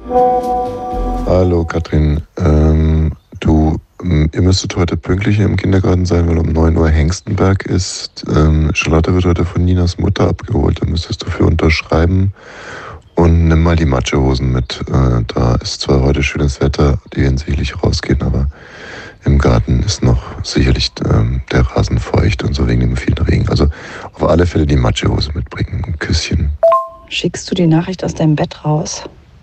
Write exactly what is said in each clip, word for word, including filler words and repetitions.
Hallo Katrin, ähm, du, ähm, ihr müsstet heute pünktlich im Kindergarten sein, weil um neun Uhr Hengstenberg ist. Ähm, Charlotte wird heute von Ninas Mutter abgeholt, da müsstest du für unterschreiben und nimm mal die Matschehosen mit. Äh, da ist zwar heute schönes Wetter, die werden sicherlich rausgehen, aber im Garten ist noch sicherlich ähm, der Rasen feucht und so wegen dem vielen Regen. Also auf alle Fälle die Matschehose mitbringen, ein Küsschen. Schickst du die Nachricht aus deinem Bett raus?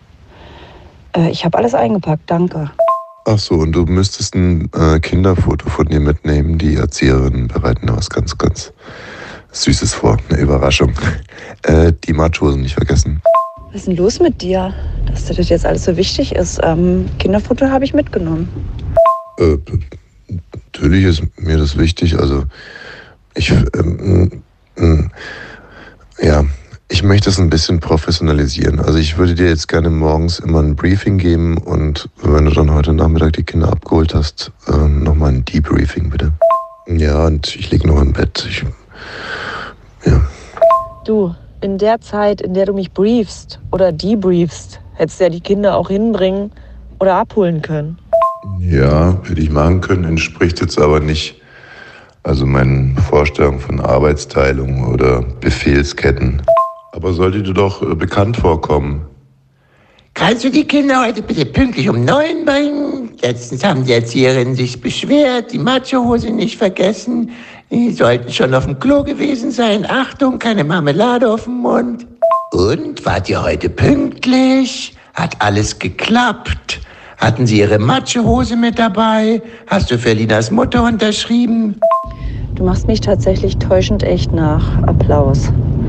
Äh, ich habe alles eingepackt, danke. Ach so, und du müsstest ein äh, Kinderfoto von dir mitnehmen. Die Erzieherinnen bereiten da was ganz, ganz Süßes vor. Eine Überraschung. Äh, die Matschhosen nicht vergessen. Was ist denn los mit dir, dass dir das jetzt alles so wichtig ist? Ähm, Kinderfoto habe ich mitgenommen. Äh, natürlich ist mir das wichtig. Also ich, ähm, ähm, ja, ich möchte es ein bisschen professionalisieren. Also ich würde dir jetzt gerne morgens immer ein Briefing geben und wenn du dann heute Nachmittag die Kinder abgeholt hast, äh, nochmal ein Debriefing bitte. Ja, und ich liege noch im Bett. Ich, ja. Du, in der Zeit, in der du mich briefst oder debriefst, hättest du ja die Kinder auch hinbringen oder abholen können. Ja, hätte ich machen können, entspricht jetzt aber nicht also meinen Vorstellungen von Arbeitsteilung oder Befehlsketten. Aber sollte dir doch äh, bekannt vorkommen. Kannst du die Kinder heute bitte pünktlich um neun bringen? Letztens haben die Erzieherinnen sich beschwert, die Matschehose nicht vergessen. Die sollten schon auf dem Klo gewesen sein. Achtung, keine Marmelade auf dem Mund. Und, wart ihr heute pünktlich? Hat alles geklappt? Hatten sie ihre Matschehose mit dabei? Hast du für Linas Mutter unterschrieben? Du machst mich tatsächlich täuschend echt nach. Applaus.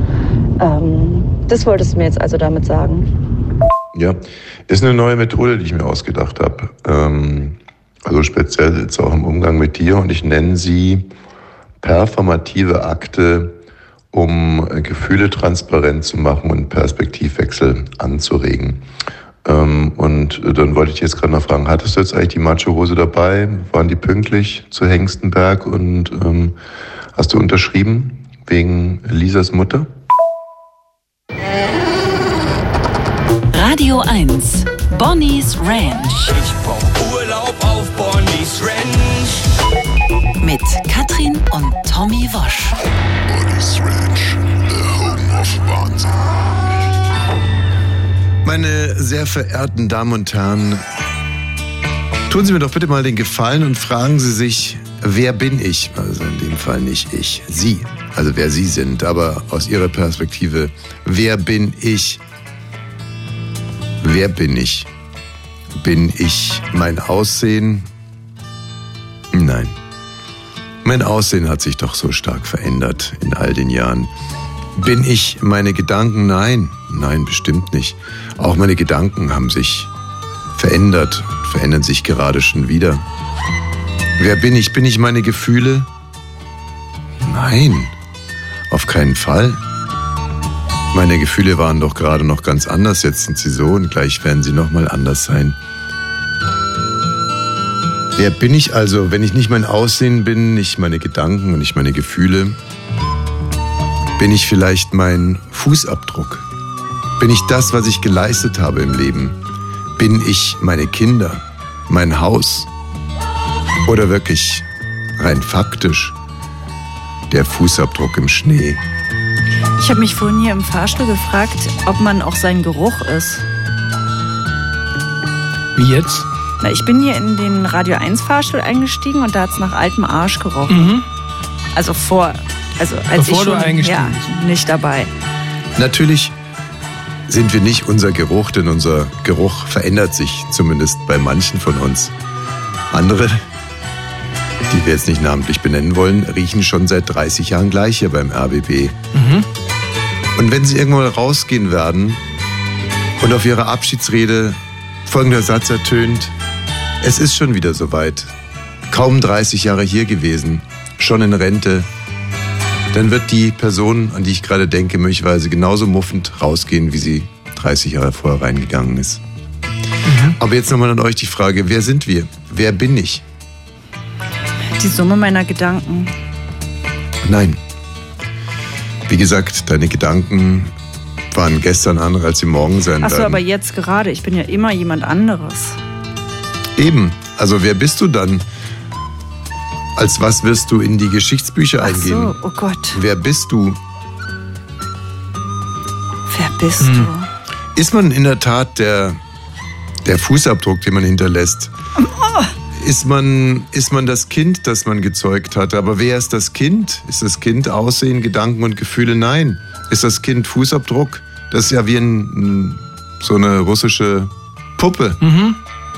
Ähm, das wolltest du mir jetzt also damit sagen? Ja, ist eine neue Methode, die ich mir ausgedacht habe. Ähm, also speziell jetzt auch im Umgang mit dir und ich nenne sie performative Akte, um Gefühle transparent zu machen und Perspektivwechsel anzuregen. Ähm, und dann wollte ich jetzt gerade noch fragen, hattest du jetzt eigentlich die Matschehose dabei? Waren die pünktlich zu Hengstenberg und ähm, hast du unterschrieben wegen Lisas Mutter? Radio eins, Bonnie's Ranch. Ich brauch Urlaub auf Bonnie's Ranch. Mit Katrin und Tommy Wosch. Bonnie's Ranch, the home of Wahnsinn. Meine sehr verehrten Damen und Herren, tun Sie mir doch bitte mal den Gefallen und fragen Sie sich, wer bin ich? Also in dem Fall nicht ich, Sie. Also wer Sie sind, aber aus Ihrer Perspektive, wer bin ich? Wer bin ich? Bin ich mein Aussehen? Nein. Mein Aussehen hat sich doch so stark verändert in all den Jahren. Bin ich meine Gedanken? Nein, nein, bestimmt nicht. Auch meine Gedanken haben sich verändert und verändern sich gerade schon wieder. Wer bin ich? Bin ich meine Gefühle? Nein, auf keinen Fall. Meine Gefühle waren doch gerade noch ganz anders, jetzt sind sie so und gleich werden sie nochmal anders sein. Wer bin ich also, wenn ich nicht mein Aussehen bin, nicht meine Gedanken und nicht meine Gefühle? Bin ich vielleicht mein Fußabdruck? Bin ich das, was ich geleistet habe im Leben? Bin ich meine Kinder, mein Haus? Oder wirklich rein faktisch der Fußabdruck im Schnee? Ich habe mich vorhin hier im Fahrstuhl gefragt, ob man auch sein Geruch ist. Wie jetzt? Na, ich bin hier in den Radio eins Fahrstuhl eingestiegen und da hat es nach altem Arsch gerochen. Mhm. Also vor, also als Bevor ich schon, du eingestiegen ja, bist. nicht dabei. Natürlich sind wir nicht unser Geruch, denn unser Geruch verändert sich, zumindest bei manchen von uns. Andere, die wir jetzt nicht namentlich benennen wollen, riechen schon seit dreißig Jahren gleich hier beim R B B. Mhm. Und wenn sie irgendwann rausgehen werden und auf ihrer Abschiedsrede folgender Satz ertönt: Es ist schon wieder soweit. Kaum dreißig Jahre hier gewesen, schon in Rente. Dann wird die Person, an die ich gerade denke, möglicherweise genauso muffend rausgehen, wie sie dreißig Jahre vorher reingegangen ist. Mhm. Aber jetzt nochmal an euch die Frage, wer sind wir? Wer bin ich? Die Summe meiner Gedanken. Nein. Wie gesagt, deine Gedanken waren gestern andere, als sie morgen sein Achso, werden. aber jetzt gerade. Ich bin ja immer jemand anderes. Eben. Also wer bist du dann? Als was wirst du in die Geschichtsbücher Ach eingehen? so, oh Gott. Wer bist du? Wer bist Hm. du? Ist man in der Tat der, der Fußabdruck, den man hinterlässt? Oh. Ist man, ist man das Kind, das man gezeugt hat? Aber wer ist das Kind? Ist das Kind Aussehen, Gedanken und Gefühle? Nein. Ist das Kind Fußabdruck? Das ist ja wie ein, so eine russische Puppe. Mhm.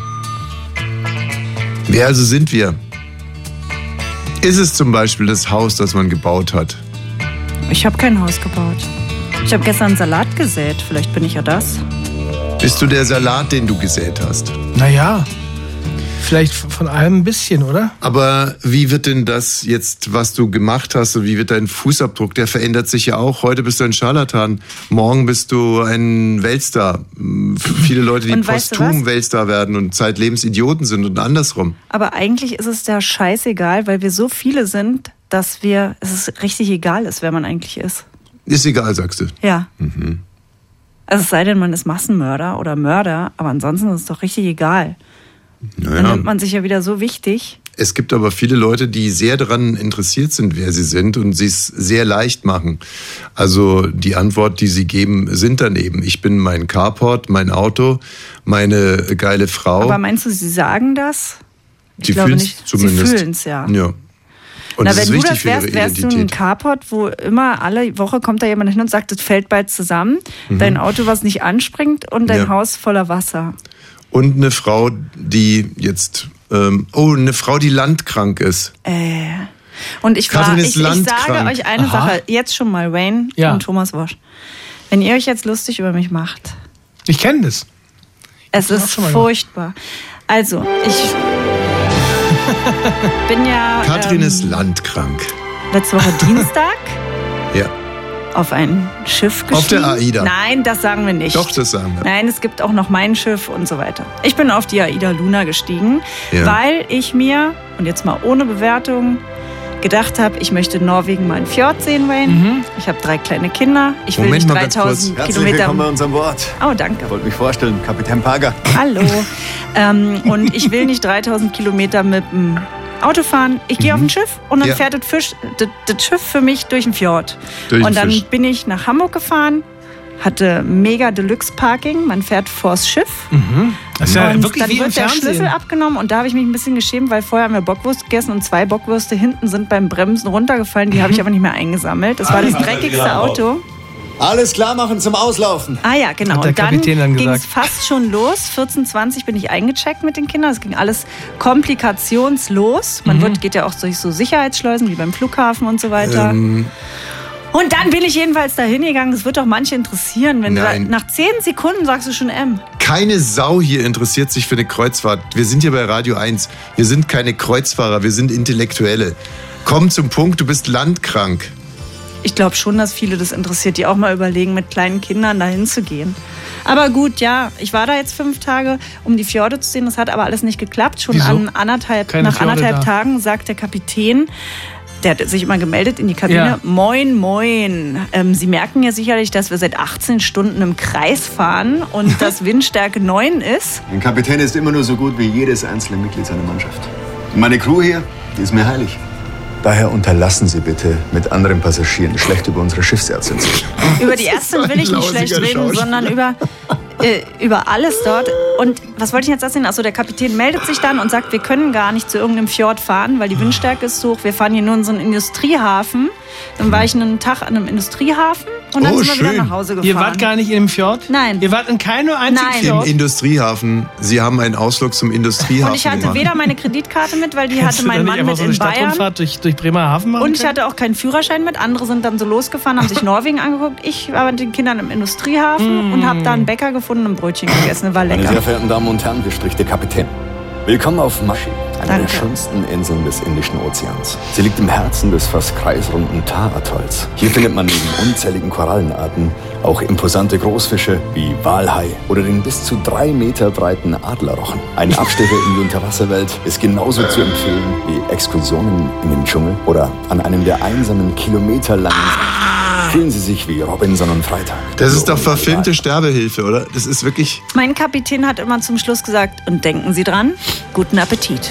Wer also sind wir? Ist es zum Beispiel das Haus, das man gebaut hat? Ich habe kein Haus gebaut. Ich habe gestern einen Salat gesät. Vielleicht bin ich ja das. Bist du der Salat, den du gesät hast? Naja, vielleicht von allem ein bisschen, oder? Aber wie wird denn das jetzt, was du gemacht hast, und wie wird dein Fußabdruck, der verändert sich ja auch. Heute bist du ein Scharlatan, morgen bist du ein Weltstar. Viele Leute, die Und weißt du posthum was? Weltstar werden und zeitlebens Idioten sind und andersrum. Aber eigentlich ist es ja scheißegal, weil wir so viele sind, dass wir, es ist richtig egal ist, wer man eigentlich ist. Ist egal, sagst du. Ja. Mhm. Also es sei denn, man ist Massenmörder oder Mörder, aber ansonsten ist es doch richtig egal. Naja. Dann nimmt man sich ja wieder so wichtig. Es gibt aber viele Leute, die sehr daran interessiert sind, wer sie sind und sie es sehr leicht machen. Also die Antwort, die sie geben, sind daneben. Ich bin mein Carport, mein Auto, meine geile Frau. Aber meinst du, sie sagen das? Ich sie glaube fühlen es nicht. zumindest. Sie fühlen es, ja. Ja. Und Na, das wenn ist du wichtig das für ihre wärst, wärst du ein Identität. Carport, wo immer alle Woche kommt da jemand hin und sagt, das fällt bald zusammen, Mhm. dein Auto, was nicht anspringt und dein Ja. Haus voller Wasser. Und eine Frau, die jetzt, ähm, oh, eine Frau, die landkrank ist. Äh. Und ich, Katrin war, ist ich, ich landkrank. sage euch eine Aha. Sache, jetzt schon mal, Wayne Ja. und Thomas Wosch. Wenn ihr euch jetzt lustig über mich macht, Ich kenne das. es Das auch ist schon mal gemacht. furchtbar. Also, ich bin ja Katrin ähm, ist landkrank. letzte Woche Dienstag Ja. auf ein Schiff gestiegen. Auf der AIDA. Nein, das sagen wir nicht. Doch, das sagen wir. Nein, es gibt auch noch mein Schiff und so weiter. Ich bin auf die AIDA Luna gestiegen, Ja. weil ich mir, und jetzt mal ohne Bewertung, gedacht habe, ich möchte in Norwegen mal einen Fjord sehen, Wayne. Mhm. Ich habe drei kleine Kinder. Ich will Moment nicht mal ganz dreitausend Herzlich Kilometer. willkommen bei uns an Bord. Oh, danke. Ich wollte mich vorstellen, Kapitän Pager. Hallo. ähm, und ich will nicht dreitausend Kilometer mit dem Auto fahren. Ich gehe auf ein Schiff und dann Ja. fährt das, Fisch, das, das Schiff für mich durch den Fjord. Durch den und dann Fisch. bin ich nach Hamburg gefahren, hatte mega Deluxe Parking. Man fährt vors Schiff. Das ist ja und wirklich dann wie im wird der Fernsehen. Schlüssel abgenommen und da habe ich mich ein bisschen geschämt, weil vorher haben wir Bockwurst gegessen und zwei Bockwürste hinten sind beim Bremsen runtergefallen. Die habe ich aber nicht mehr eingesammelt. Das war das dreckigste Auto. Alles klar machen zum Auslaufen. Ah ja, genau. Hat der Und dann, Kapitän dann ging es gesagt. fast schon los. vierzehn zwanzig bin ich eingecheckt mit den Kindern. Es ging alles komplikationslos. Man wird, geht ja auch durch so Sicherheitsschleusen wie beim Flughafen und so weiter. Ähm, Und dann bin ich jedenfalls da hingegangen. Das wird doch manche interessieren. Wenn Nein. du da, nach zehn Sekunden sagst du schon M. keine Sau hier interessiert sich für eine Kreuzfahrt. Wir sind hier bei Radio eins. Wir sind keine Kreuzfahrer, wir sind Intellektuelle. Komm zum Punkt, du bist landkrank. Ich glaube schon, dass viele das interessiert, die auch mal überlegen, mit kleinen Kindern dahin zu gehen. Aber gut, ja, ich war da jetzt fünf Tage, um die Fjorde zu sehen. Das hat aber alles nicht geklappt. Schon Wieso? an anderthalb, Keine nach Fjorde anderthalb da. Tagen sagt der Kapitän, der hat sich immer gemeldet in die Kabine. Ja. Moin, moin. Ähm, Sie merken ja sicherlich, dass wir seit achtzehn Stunden im Kreis fahren und dass Windstärke neun ist. Ein Kapitän ist immer nur so gut wie jedes einzelne Mitglied seiner Mannschaft. Und meine Crew hier, die ist mir heilig. Daher unterlassen Sie bitte, mit anderen Passagieren schlecht über unsere Schiffsärztin zu reden. Über die Ärztin will ich nicht schlecht reden, sondern über, äh, über alles dort. Und was wollte ich jetzt erzählen? Achso, der Kapitän meldet sich dann und sagt, wir können gar nicht zu irgendeinem Fjord fahren, weil die Windstärke ist so hoch. Wir fahren hier nur in so einen Industriehafen. Dann war ich einen Tag an einem Industriehafen und dann Oh, sind wir wieder schön. nach Hause gefahren. Ihr wart gar nicht in dem Fjord? Nein. Ihr wart in keinem einzigen Nein. Im Fjord? Industriehafen. Sie haben einen Ausflug zum Industriehafen Und ich hatte gemacht. weder meine Kreditkarte mit, weil die Hättest hatte du da mein nicht Mann einfach mit so eine in Bayern. Stadtrundfahrt durch, durch Bremerhaven machen Und ich können? hatte auch keinen Führerschein mit. Andere sind dann so losgefahren, haben sich Norwegen angeguckt. Ich war mit den Kindern im Industriehafen und habe da einen Bäcker gefunden und ein Brötchen gegessen. War Meine lecker. sehr verehrten Damen und Herren, hier spricht der Kapitän. Willkommen auf Maschi, einer Danke. der schönsten Inseln des Indischen Ozeans. Sie liegt im Herzen des fast kreisrunden Tar-Atolls. Hier findet man neben unzähligen Korallenarten auch imposante Großfische wie Walhai oder den bis zu drei Meter breiten Adlerrochen. Ein Abstecher in die Unterwasserwelt ist genauso zu empfehlen wie Exkursionen in den Dschungel oder an einem der einsamen kilometerlangen Fühlen Sie sich wie Robinson und Freitag. Das ist doch verfilmte Sterbehilfe, oder? Das ist wirklich... Mein Kapitän hat immer zum Schluss gesagt, und denken Sie dran, guten Appetit.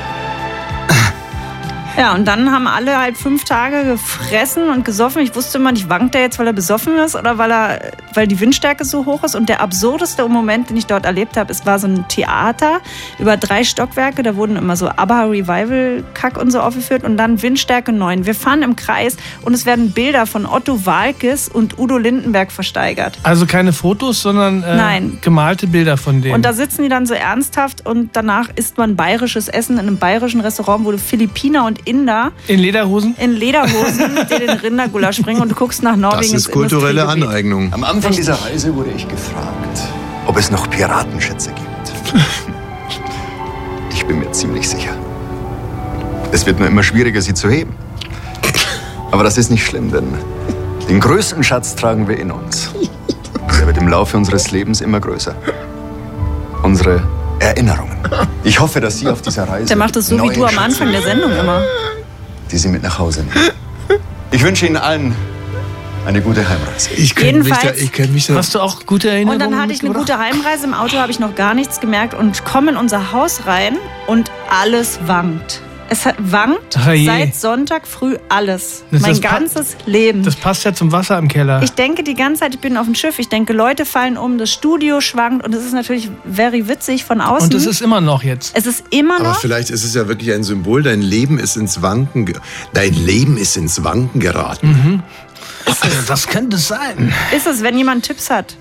Ja, und dann haben alle halt fünf Tage gefressen und gesoffen. Ich wusste immer nicht, wankt er jetzt, weil er besoffen ist oder weil er, weil die Windstärke so hoch ist. Und der absurdeste Moment, den ich dort erlebt habe, es war so ein Theater über drei Stockwerke. Da wurden immer so ABBA-Revival-Kack und so aufgeführt und dann Windstärke neun. Wir fahren im Kreis und es werden Bilder von Otto Waalkes und Udo Lindenberg versteigert. Also keine Fotos, sondern äh, Nein. gemalte Bilder von denen. Und da sitzen die dann so ernsthaft und danach isst man bayerisches Essen in einem bayerischen Restaurant, wo du Philippiner und Inder in Lederhosen in Lederhosen dir den Rindergulasch bringen und du guckst nach Norwegen. Das ist kulturelle Aneignung. Am Anfang dieser Reise wurde ich gefragt, ob es noch Piratenschätze gibt. Ich bin mir ziemlich sicher. Es wird nur immer schwieriger, sie zu heben. Aber das ist nicht schlimm, denn den größten Schatz tragen wir in uns. Der wird im Laufe unseres Lebens immer größer. Unsere Erinnerungen. Ich hoffe, dass Sie auf dieser Reise... Der macht es so wie du am Anfang der Sendung immer. ...die Sie mit nach Hause nehmen. Ich wünsche Ihnen allen eine gute Heimreise. Ich kenn mich da, ich kenn mich da. Hast du auch gute Erinnerungen? Und dann hatte ich eine gute Heimreise. Im Auto habe ich noch gar nichts gemerkt und komme in unser Haus rein und alles wankt. Es hat wankt Ach je. seit Sonntag früh alles. Das mein ist pa- ganzes Leben. Das passt ja zum Wasser im Keller. Ich denke die ganze Zeit, ich bin auf dem Schiff. Ich denke, Leute fallen um, das Studio schwankt und es ist natürlich very witzig von außen. Und es ist immer noch jetzt. Es ist immer noch. Aber vielleicht ist es ja wirklich ein Symbol. Dein Leben ist ins Wanken, ge- dein Leben ist ins Wanken geraten. Mhm. Das könnte es sein. Ist es, wenn jemand Tipps hat.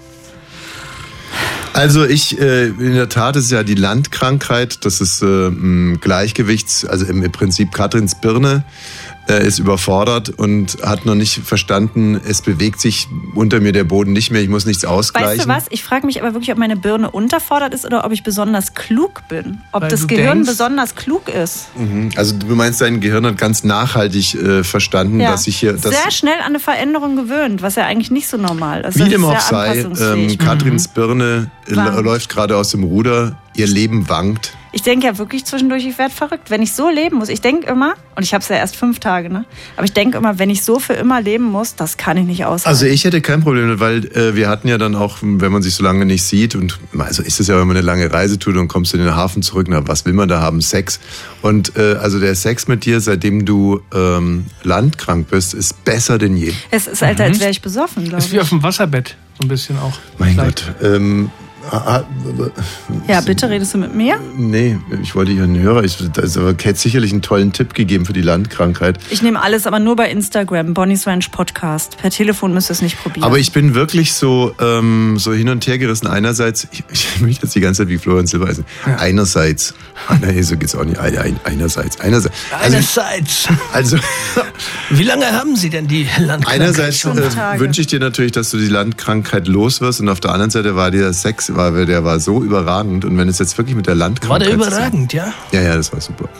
Also ich, äh, in der Tat ist ja die Landkrankheit, das ist äh, Gleichgewichts, also im, im Prinzip Katrins Birne äh, ist überfordert und hat noch nicht verstanden, es bewegt sich unter mir der Boden nicht mehr, ich muss nichts ausgleichen. Weißt du was? Ich frage mich aber wirklich, ob meine Birne unterfordert ist oder ob ich besonders klug bin. Ob Weil das du Gehirn denkst- besonders klug ist. Mhm. Also du meinst, dein Gehirn hat ganz nachhaltig äh, verstanden, Ja. dass ich hier... Dass Sehr schnell an eine Veränderung gewöhnt, was ja eigentlich nicht so normal ist. Wie Das dem ist auch sehr sei, anpassungsfähig. ähm, Katrins Birne äh, Wankt. läuft gerade aus dem Ruder, ihr Leben wankt. Ich denke ja wirklich zwischendurch, ich werde verrückt, wenn ich so leben muss. Ich denke immer, und ich habe es ja erst fünf Tage, ne? Aber ich denke immer, wenn ich so für immer leben muss, das kann ich nicht aushalten. Also ich hätte kein Problem damit, weil äh, wir hatten ja dann auch, wenn man sich so lange nicht sieht und also ist es ja, wenn man eine lange Reise tut und kommst in den Hafen zurück, na was will man da haben? Sex. Und äh, also der Sex mit dir, seitdem du ähm, landkrank bist, ist besser denn je. Es ist halt, als wäre ich besoffen, glaube Das ich. ist wie auf dem Wasserbett, so ein bisschen auch. Mein Vielleicht. Gott. Ähm, ah, Ja, bitte, redest du mit mir? nee, ich wollte hier einen Hörer. Ich, das, aber Kate hat sicherlich einen tollen Tipp gegeben für die Landkrankheit. Ich nehme alles, aber nur bei Instagram, Bonnie's Ranch Podcast. Per Telefon müsst ihr es nicht probieren. Aber ich bin wirklich so, ähm, so hin und her gerissen. Einerseits, ich, ich möchte jetzt die ganze Zeit wie Florian Silbereisen. Einerseits, ah, nee, so geht's auch nicht. Ein, ein, einerseits, einerseits. Also, Einerseits. also Wie lange haben Sie denn die Landkrankheit? einerseits schon? äh, wünsche ich dir natürlich, dass du die Landkrankheit los wirst. Und auf der anderen Seite war der Sex, war, der war so überragend. Und wenn es jetzt wirklich mit der War Landkrankheit... der überragend, ja? Ja, ja, das war super.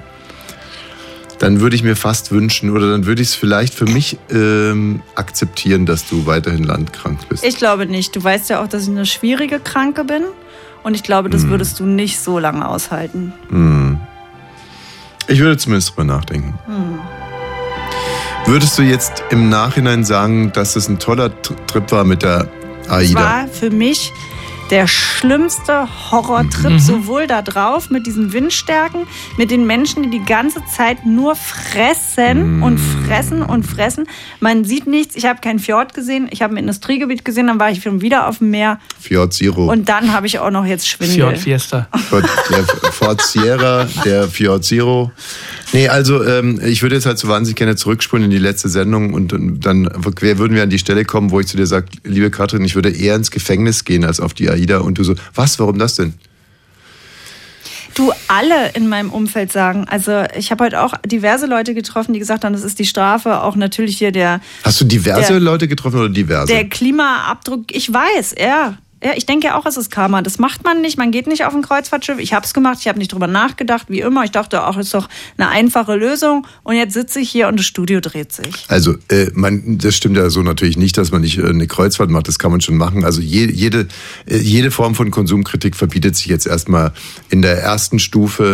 Dann würde ich mir fast wünschen, oder dann würde ich es vielleicht für mich ähm, akzeptieren, dass du weiterhin landkrank bist. Ich glaube nicht. Du weißt ja auch, dass ich eine schwierige Kranke bin. Und ich glaube, das würdest du nicht so lange aushalten. Hm. Ich würde zumindest drüber nachdenken. Hm. Würdest du jetzt im Nachhinein sagen, dass es ein toller T- Trip war mit der Es AIDA? war für mich der schlimmste Horrortrip, Mhm. sowohl da drauf mit diesen Windstärken, mit den Menschen, die die ganze Zeit nur fressen Mhm. und fressen und fressen. Man sieht nichts. Ich habe kein Fjord gesehen, ich habe ein Industriegebiet gesehen, dann war ich schon wieder auf dem Meer Fjord Zero. und dann habe ich auch noch jetzt Schwindel. Fjord Fiesta. Ford, der Ford Sierra, der Fjord Zero. Nee, also ähm, ich würde jetzt halt so wahnsinnig gerne zurückspulen in die letzte Sendung und, und dann würden wir an die Stelle kommen, wo ich zu dir sage, liebe Katrin, ich würde eher ins Gefängnis gehen als auf die AIDA. Und du so, was, warum das denn? Du, alle in meinem Umfeld sagen, also ich habe heute auch diverse Leute getroffen, die gesagt haben, das ist die Strafe, auch natürlich hier der... Hast du diverse der, Leute getroffen oder diverse? Der Klimaabdruck, ich weiß, ja. Ja, ich denke auch, es ist Karma. Das macht man nicht. Man geht nicht auf ein Kreuzfahrtschiff. Ich habe es gemacht. Ich habe nicht drüber nachgedacht, wie immer. Ich dachte auch, es ist doch eine einfache Lösung. Und jetzt sitze ich hier und das Studio dreht sich. Also, äh, man, das stimmt ja so natürlich nicht, dass man nicht äh, eine Kreuzfahrt macht. Das kann man schon machen. Also je, jede, äh, jede Form von Konsumkritik verbietet sich jetzt erstmal in der ersten Stufe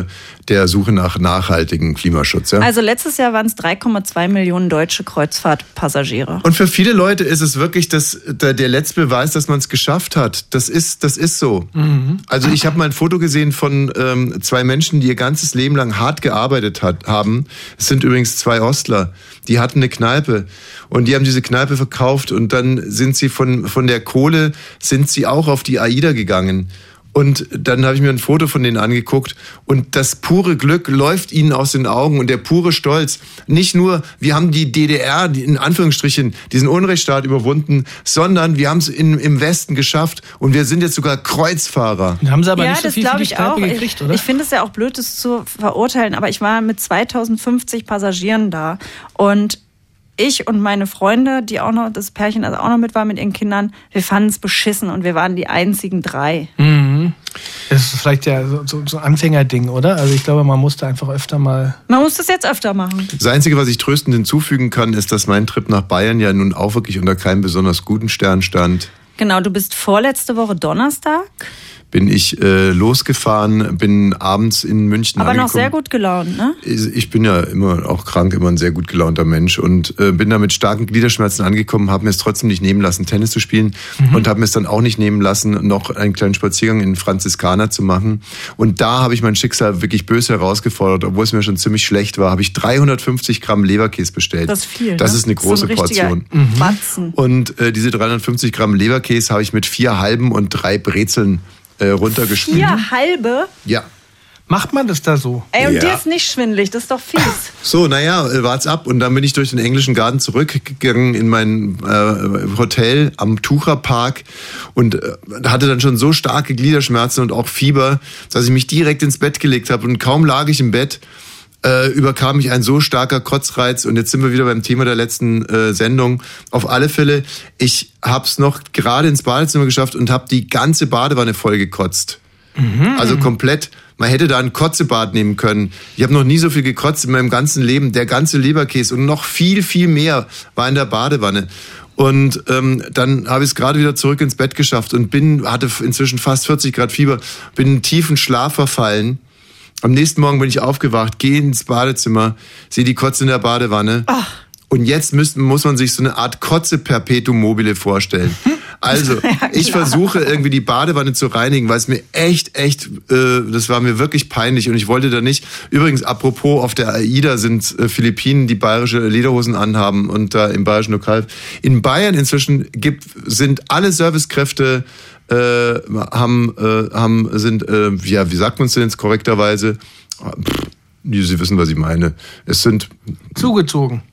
der Suche nach nachhaltigem Klimaschutz. Ja? Also letztes Jahr waren es drei Komma zwei Millionen deutsche Kreuzfahrtpassagiere. Und für viele Leute ist es wirklich das, der, der letzte Beweis, dass man es geschafft hat. Das ist, das ist so. Mhm. Also ich habe mal ein Foto gesehen von ähm, zwei Menschen, die ihr ganzes Leben lang hart gearbeitet hat, haben. Es sind übrigens zwei Ostler. Die hatten eine Kneipe und die haben diese Kneipe verkauft und dann sind sie von, von der Kohle, sind sie auch auf die AIDA gegangen. Und dann habe ich mir ein Foto von denen angeguckt und das pure Glück läuft ihnen aus den Augen und der pure Stolz. Nicht nur, wir haben die D D R, die in Anführungsstrichen, diesen Unrechtsstaat überwunden, sondern wir haben es im Westen geschafft und wir sind jetzt sogar Kreuzfahrer. Und haben sie aber ja, nicht so viel für die Kneipe gekriegt, ich, oder? Ich finde es ja auch blöd, das zu verurteilen, aber ich war mit zweitausendfünfzig Passagieren da und ich und meine Freunde, die auch noch, das Pärchen also auch noch mit war mit ihren Kindern, wir fanden es beschissen und wir waren die einzigen drei. Mhm. Das ist vielleicht ja so, so, so ein Anfängerding, oder? Also ich glaube, man muss da einfach öfter mal... Man muss das jetzt öfter machen. Das Einzige, was ich tröstend hinzufügen kann, ist, dass mein Trip nach Bayern ja nun auch wirklich unter keinem besonders guten Stern stand. Genau, du bist vorletzte Woche Donnerstag. Bin ich äh, losgefahren, bin abends in München Aber angekommen. noch sehr gut gelaunt, ne? Ich bin ja immer auch krank, immer ein sehr gut gelaunter Mensch und äh, bin da mit starken Gliederschmerzen angekommen, habe mir es trotzdem nicht nehmen lassen, Tennis zu spielen mhm. und habe mir es dann auch nicht nehmen lassen, noch einen kleinen Spaziergang in den Franziskaner zu machen. Und da habe ich mein Schicksal wirklich böse herausgefordert, obwohl es mir schon ziemlich schlecht war, habe ich dreihundertfünfzig Gramm Leberkäse bestellt. Das ist viel, Das ne? ist eine große so ein Portion. Batzen. Und äh, diese dreihundertfünfzig Gramm Leberkäse habe ich mit vier halben und drei Brezeln äh, runtergeschnitten. Vier halbe? Ja. Macht man das da so? Ey, und Ja. dir ist nicht schwindelig, das ist doch fies. So, naja, wart's ab. Und dann bin ich durch den englischen Garten zurückgegangen in mein äh, Hotel am Tucherpark und äh, hatte dann schon so starke Gliederschmerzen und auch Fieber, dass ich mich direkt ins Bett gelegt habe. Und kaum lag ich im Bett, äh, überkam mich ein so starker Kotzreiz. Und jetzt sind wir wieder beim Thema der letzten äh, Sendung. Auf alle Fälle, ich hab's noch gerade ins Badezimmer geschafft und habe die ganze Badewanne voll gekotzt. Mhm. Also komplett. Man hätte da ein Kotzebad nehmen können. Ich habe noch nie so viel gekotzt in meinem ganzen Leben. Der ganze Leberkäse und noch viel, viel mehr war in der Badewanne. Und ähm, dann habe ich es gerade wieder zurück ins Bett geschafft und bin hatte inzwischen fast vierzig Grad Fieber, bin in einen tiefen Schlaf verfallen. Am nächsten Morgen bin ich aufgewacht, gehe ins Badezimmer, sehe die Kotze in der Badewanne. Ach. Und jetzt müsst, muss man sich so eine Art Kotze-Perpetuum mobile vorstellen. Also, ja, ich versuche irgendwie die Badewanne zu reinigen, weil es mir echt, echt, äh, das war mir wirklich peinlich und ich wollte da nicht. Übrigens, apropos, auf der AIDA sind äh, Philippinen, die bayerische Lederhosen anhaben und da im bayerischen Lokal. In Bayern inzwischen gibt, sind alle Servicekräfte, äh, haben, äh, haben, sind, äh, ja, wie sagt man es denn jetzt korrekterweise? Pff, Sie wissen, was ich meine. Es sind... Zugezogen.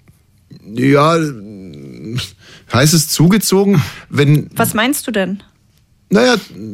Ja, heißt es zugezogen, wenn... Was meinst du denn? Naja...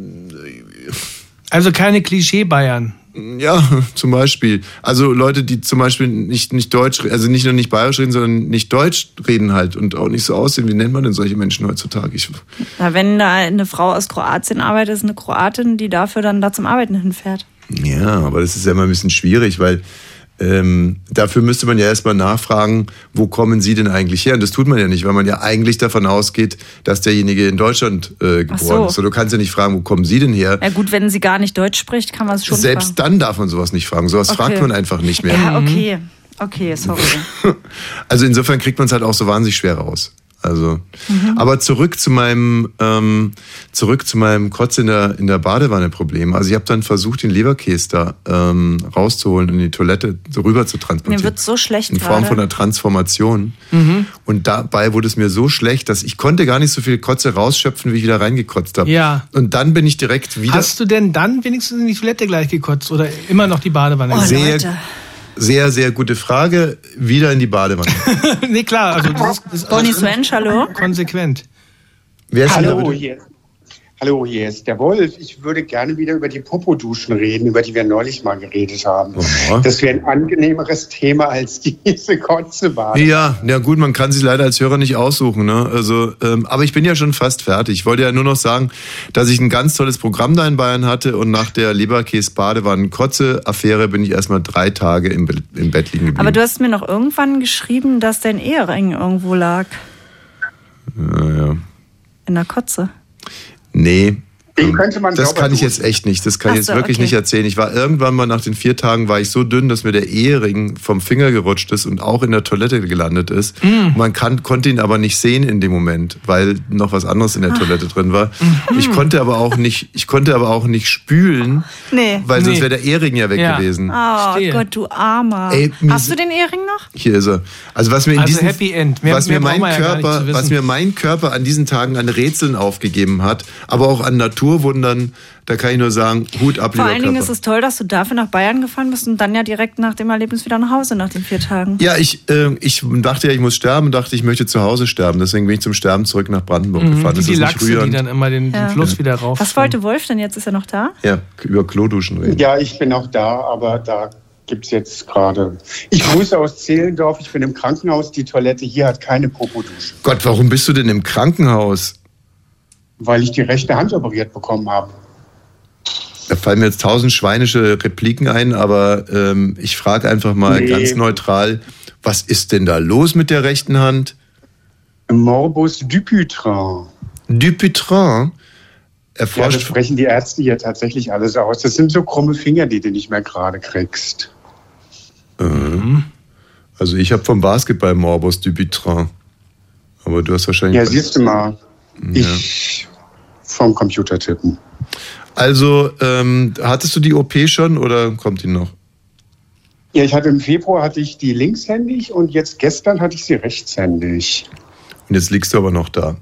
Also keine Klischee-Bayern. Ja, zum Beispiel. Also Leute, die zum Beispiel nicht, nicht Deutsch, also nicht nur nicht Bayerisch reden, sondern nicht Deutsch reden halt und auch nicht so aussehen. Wie nennt man denn solche Menschen heutzutage? Ich, Na, wenn da eine Frau aus Kroatien arbeitet, ist eine Kroatin, die dafür dann da zum Arbeiten hinfährt. Ja, aber das ist ja immer ein bisschen schwierig, weil ähm, dafür müsste man ja erstmal nachfragen, wo kommen Sie denn eigentlich her? Und das tut man ja nicht, weil man ja eigentlich davon ausgeht, dass derjenige in Deutschland äh, geboren so. ist. So, du kannst ja nicht fragen, wo kommen Sie denn her? Ja gut, wenn sie gar nicht Deutsch spricht, kann man es schon Selbst fragen. dann darf man sowas nicht fragen. Sowas Okay. fragt man einfach nicht mehr. Ja, okay. Okay, sorry. Also insofern kriegt man es halt auch so wahnsinnig schwer raus. Also, Mhm. aber zurück zu meinem ähm, zurück zu meinem Kotz in der in der Badewanne Problem. Also ich habe dann versucht, den Leberkäse da ähm, rauszuholen und in die Toilette so rüber zu transportieren. Mir wird so schlecht in Form gerade. von einer Transformation. Mhm. Und dabei wurde es mir so schlecht, dass ich konnte gar nicht so viel Kotze rausschöpfen, wie ich wieder reingekotzt habe. Ja. Und dann bin ich direkt wieder. Hast du denn dann wenigstens in die Toilette gleich gekotzt oder immer noch die Badewanne? Oh, sehr, Leute. sehr, sehr gute Frage. Wieder in die Badewanne. Nee, klar. Also das ist, das ist Bonnie Swench, hallo? konsequent. Wer ist denn da Hallo, bitte? hier. Hallo, hier ist der Wolf. Ich würde gerne wieder über die Popoduschen reden, über die wir neulich mal geredet haben. Aha. Das wäre ein angenehmeres Thema als diese Kotzebade. Ja, ja gut, man kann sich leider als Hörer nicht aussuchen. Ne? Also, ähm, aber ich bin ja schon fast fertig. Ich wollte ja nur noch sagen, dass ich ein ganz tolles Programm da in Bayern hatte und nach der Leberkäse-Badewannen-Kotze-Affäre bin ich erstmal drei Tage im, Be- im Bett liegen geblieben. Aber du hast mir noch irgendwann geschrieben, dass dein Ehering irgendwo lag. Ja, ja. In der Kotze. Nee, Den könnte man Das kann ich jetzt echt nicht. Das kann ich jetzt so, wirklich okay. nicht erzählen. Ich war irgendwann mal nach den vier Tagen war ich so dünn, dass mir der Ehering vom Finger gerutscht ist und auch in der Toilette gelandet ist. Mm. Man kann, konnte ihn aber nicht sehen in dem Moment, weil noch was anderes in der Toilette drin war. Mm. Ich konnte aber auch nicht, ich konnte aber auch nicht spülen, nee. weil sonst Nee. wäre der Ehering ja weg Ja. gewesen. Oh Verstehe. Gott, du Armer. Ey, mir Hast du sind- den Ehering noch? Hier ist er. Also was mir in Also diesen, Happy End. Mehr- was mehr mir mein brauchen wir ja gar nicht Körper, zu wissen. was mir mein Körper an diesen Tagen an Rätseln aufgegeben hat, aber auch an Naturwundern, da kann ich nur sagen, Hut ab, Vor lieber allen Dingen Körper. ist es toll, dass du dafür nach Bayern gefahren bist und dann ja direkt nach dem Erlebnis wieder nach Hause nach den vier Tagen. Ja, ich, äh, ich dachte ja, ich muss sterben und dachte, ich möchte zu Hause sterben. Deswegen bin ich zum Sterben zurück nach Brandenburg Mhm, gefahren. wie Das die ist nicht Lachse, die rührend. dann immer den, Ja. den Fluss wieder rauf. Was wollte Wolf denn jetzt? Ist er noch da? Ja, über Kloduschen reden. Ja, ich bin auch da, aber da gibt es jetzt gerade. Ich grüße aus Zehlendorf, ich bin im Krankenhaus, die Toilette hier hat keine Popodusche, Gott, warum bist du denn im Krankenhaus? weil ich die rechte Hand operiert bekommen habe. Da fallen mir jetzt tausend schweinische Repliken ein, aber ähm, ich frage einfach mal Nee. ganz neutral, was ist denn da los mit der rechten Hand? Morbus Dupuytren. Dupuytren? Ja, das Erforscht. sprechen die Ärzte hier tatsächlich alles aus. Das sind so krumme Finger, die du nicht mehr gerade kriegst. Ähm, also ich habe vom Basketball Morbus Dupuytren. Aber du hast wahrscheinlich... Ja, siehst du mal. Ja. Ich vom Computer tippen. Also, ähm, hattest du die O P schon oder kommt die noch? Ja, ich hatte im Februar hatte ich die linkshändig und jetzt gestern hatte ich sie rechtshändig. Und jetzt liegst du aber noch da.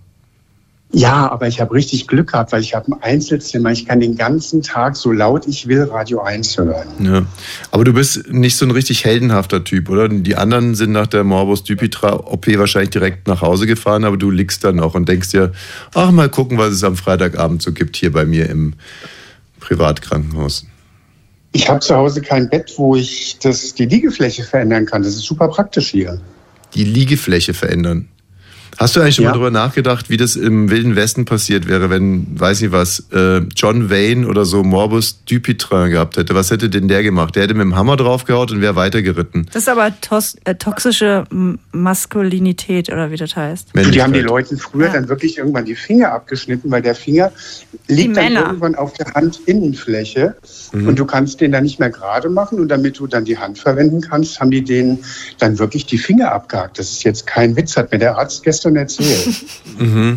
Ja, aber ich habe richtig Glück gehabt, weil ich habe ein Einzelzimmer. Ich kann den ganzen Tag, so laut ich will, Radio eins hören. Ja. Aber du bist nicht so ein richtig heldenhafter Typ, oder? Die anderen sind nach der Morbus Dupuytren-O P wahrscheinlich direkt nach Hause gefahren, aber du liegst da noch und denkst dir, ach, mal gucken, was es am Freitagabend so gibt hier bei mir im Privatkrankenhaus. Ich habe zu Hause kein Bett, wo ich das, die Liegefläche verändern kann. Das ist super praktisch hier. Die Liegefläche verändern. Hast du eigentlich schon Ja. mal darüber nachgedacht, wie das im Wilden Westen passiert wäre, wenn, weiß nicht was, äh, John Wayne oder so Morbus Dupuytren gehabt hätte? Was hätte denn der gemacht? Der hätte mit dem Hammer draufgehaut und wäre weitergeritten. Das ist aber tos äh, toxische M- Maskulinität oder wie das heißt. Die haben die Leuten früher dann wirklich irgendwann die Finger abgeschnitten, weil der Finger liegt dann Männer. irgendwann auf der Handinnenfläche Mhm. und du kannst den dann nicht mehr gerade machen und damit du dann die Hand verwenden kannst, haben die denen dann wirklich die Finger abgehakt. Das ist jetzt kein Witz, hat mir der Arzt gestern erzählt. Mhm.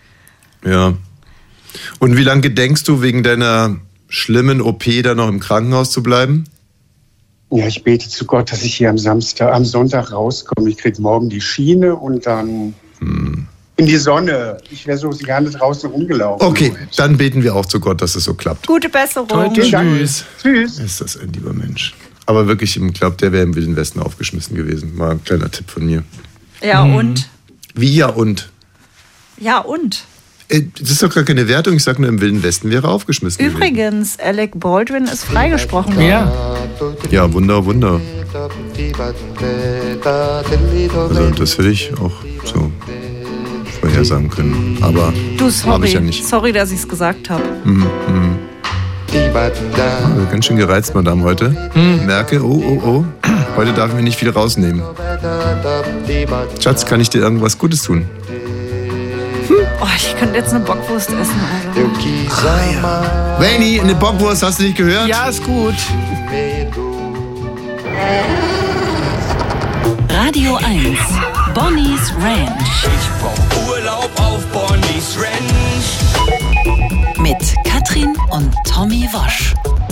Ja. Und wie lange gedenkst du, wegen deiner schlimmen O P da noch im Krankenhaus zu bleiben? Ja, ich bete zu Gott, dass ich hier am Samstag, am Sonntag rauskomme. Ich krieg morgen die Schiene und dann Hm. in die Sonne. Ich wäre so gerne draußen rumgelaufen. Okay, dann beten wir auch zu Gott, dass es so klappt. Gute Besserung. Tschüss. Tschüss. Ist das ein lieber Mensch. Aber wirklich, ich glaube, der wäre im Wilden Westen aufgeschmissen gewesen. Mal ein kleiner Tipp von mir. Ja, und? Wie ja und? Ja, und? Äh, Das ist doch gar keine Wertung. Ich sage nur, im Wilden Westen wäre er aufgeschmissen gewesen. Übrigens, Alec Baldwin ist freigesprochen worden. Ja. Ja, Wunder, Wunder. Also das hätte ich auch so vorhersagen können. Aber Du, habe sorry. ich ja nicht. Sorry, dass ich es gesagt habe. Mhm, mhm. Also ganz schön gereizt, Madame, heute. Merke, oh, oh, oh, heute darf ich mir nicht viel rausnehmen. Schatz, kann ich dir irgendwas Gutes tun? Oh, ich könnte jetzt eine Bockwurst essen. Also. Ah, ja. Wayne, eine Bockwurst, hast du nicht gehört? Ja, ist gut. Radio eins. Bonnie's Ranch. Ich brauch Urlaub auf Bonnie's Ranch. Mit Katrin und Tommy Wosch.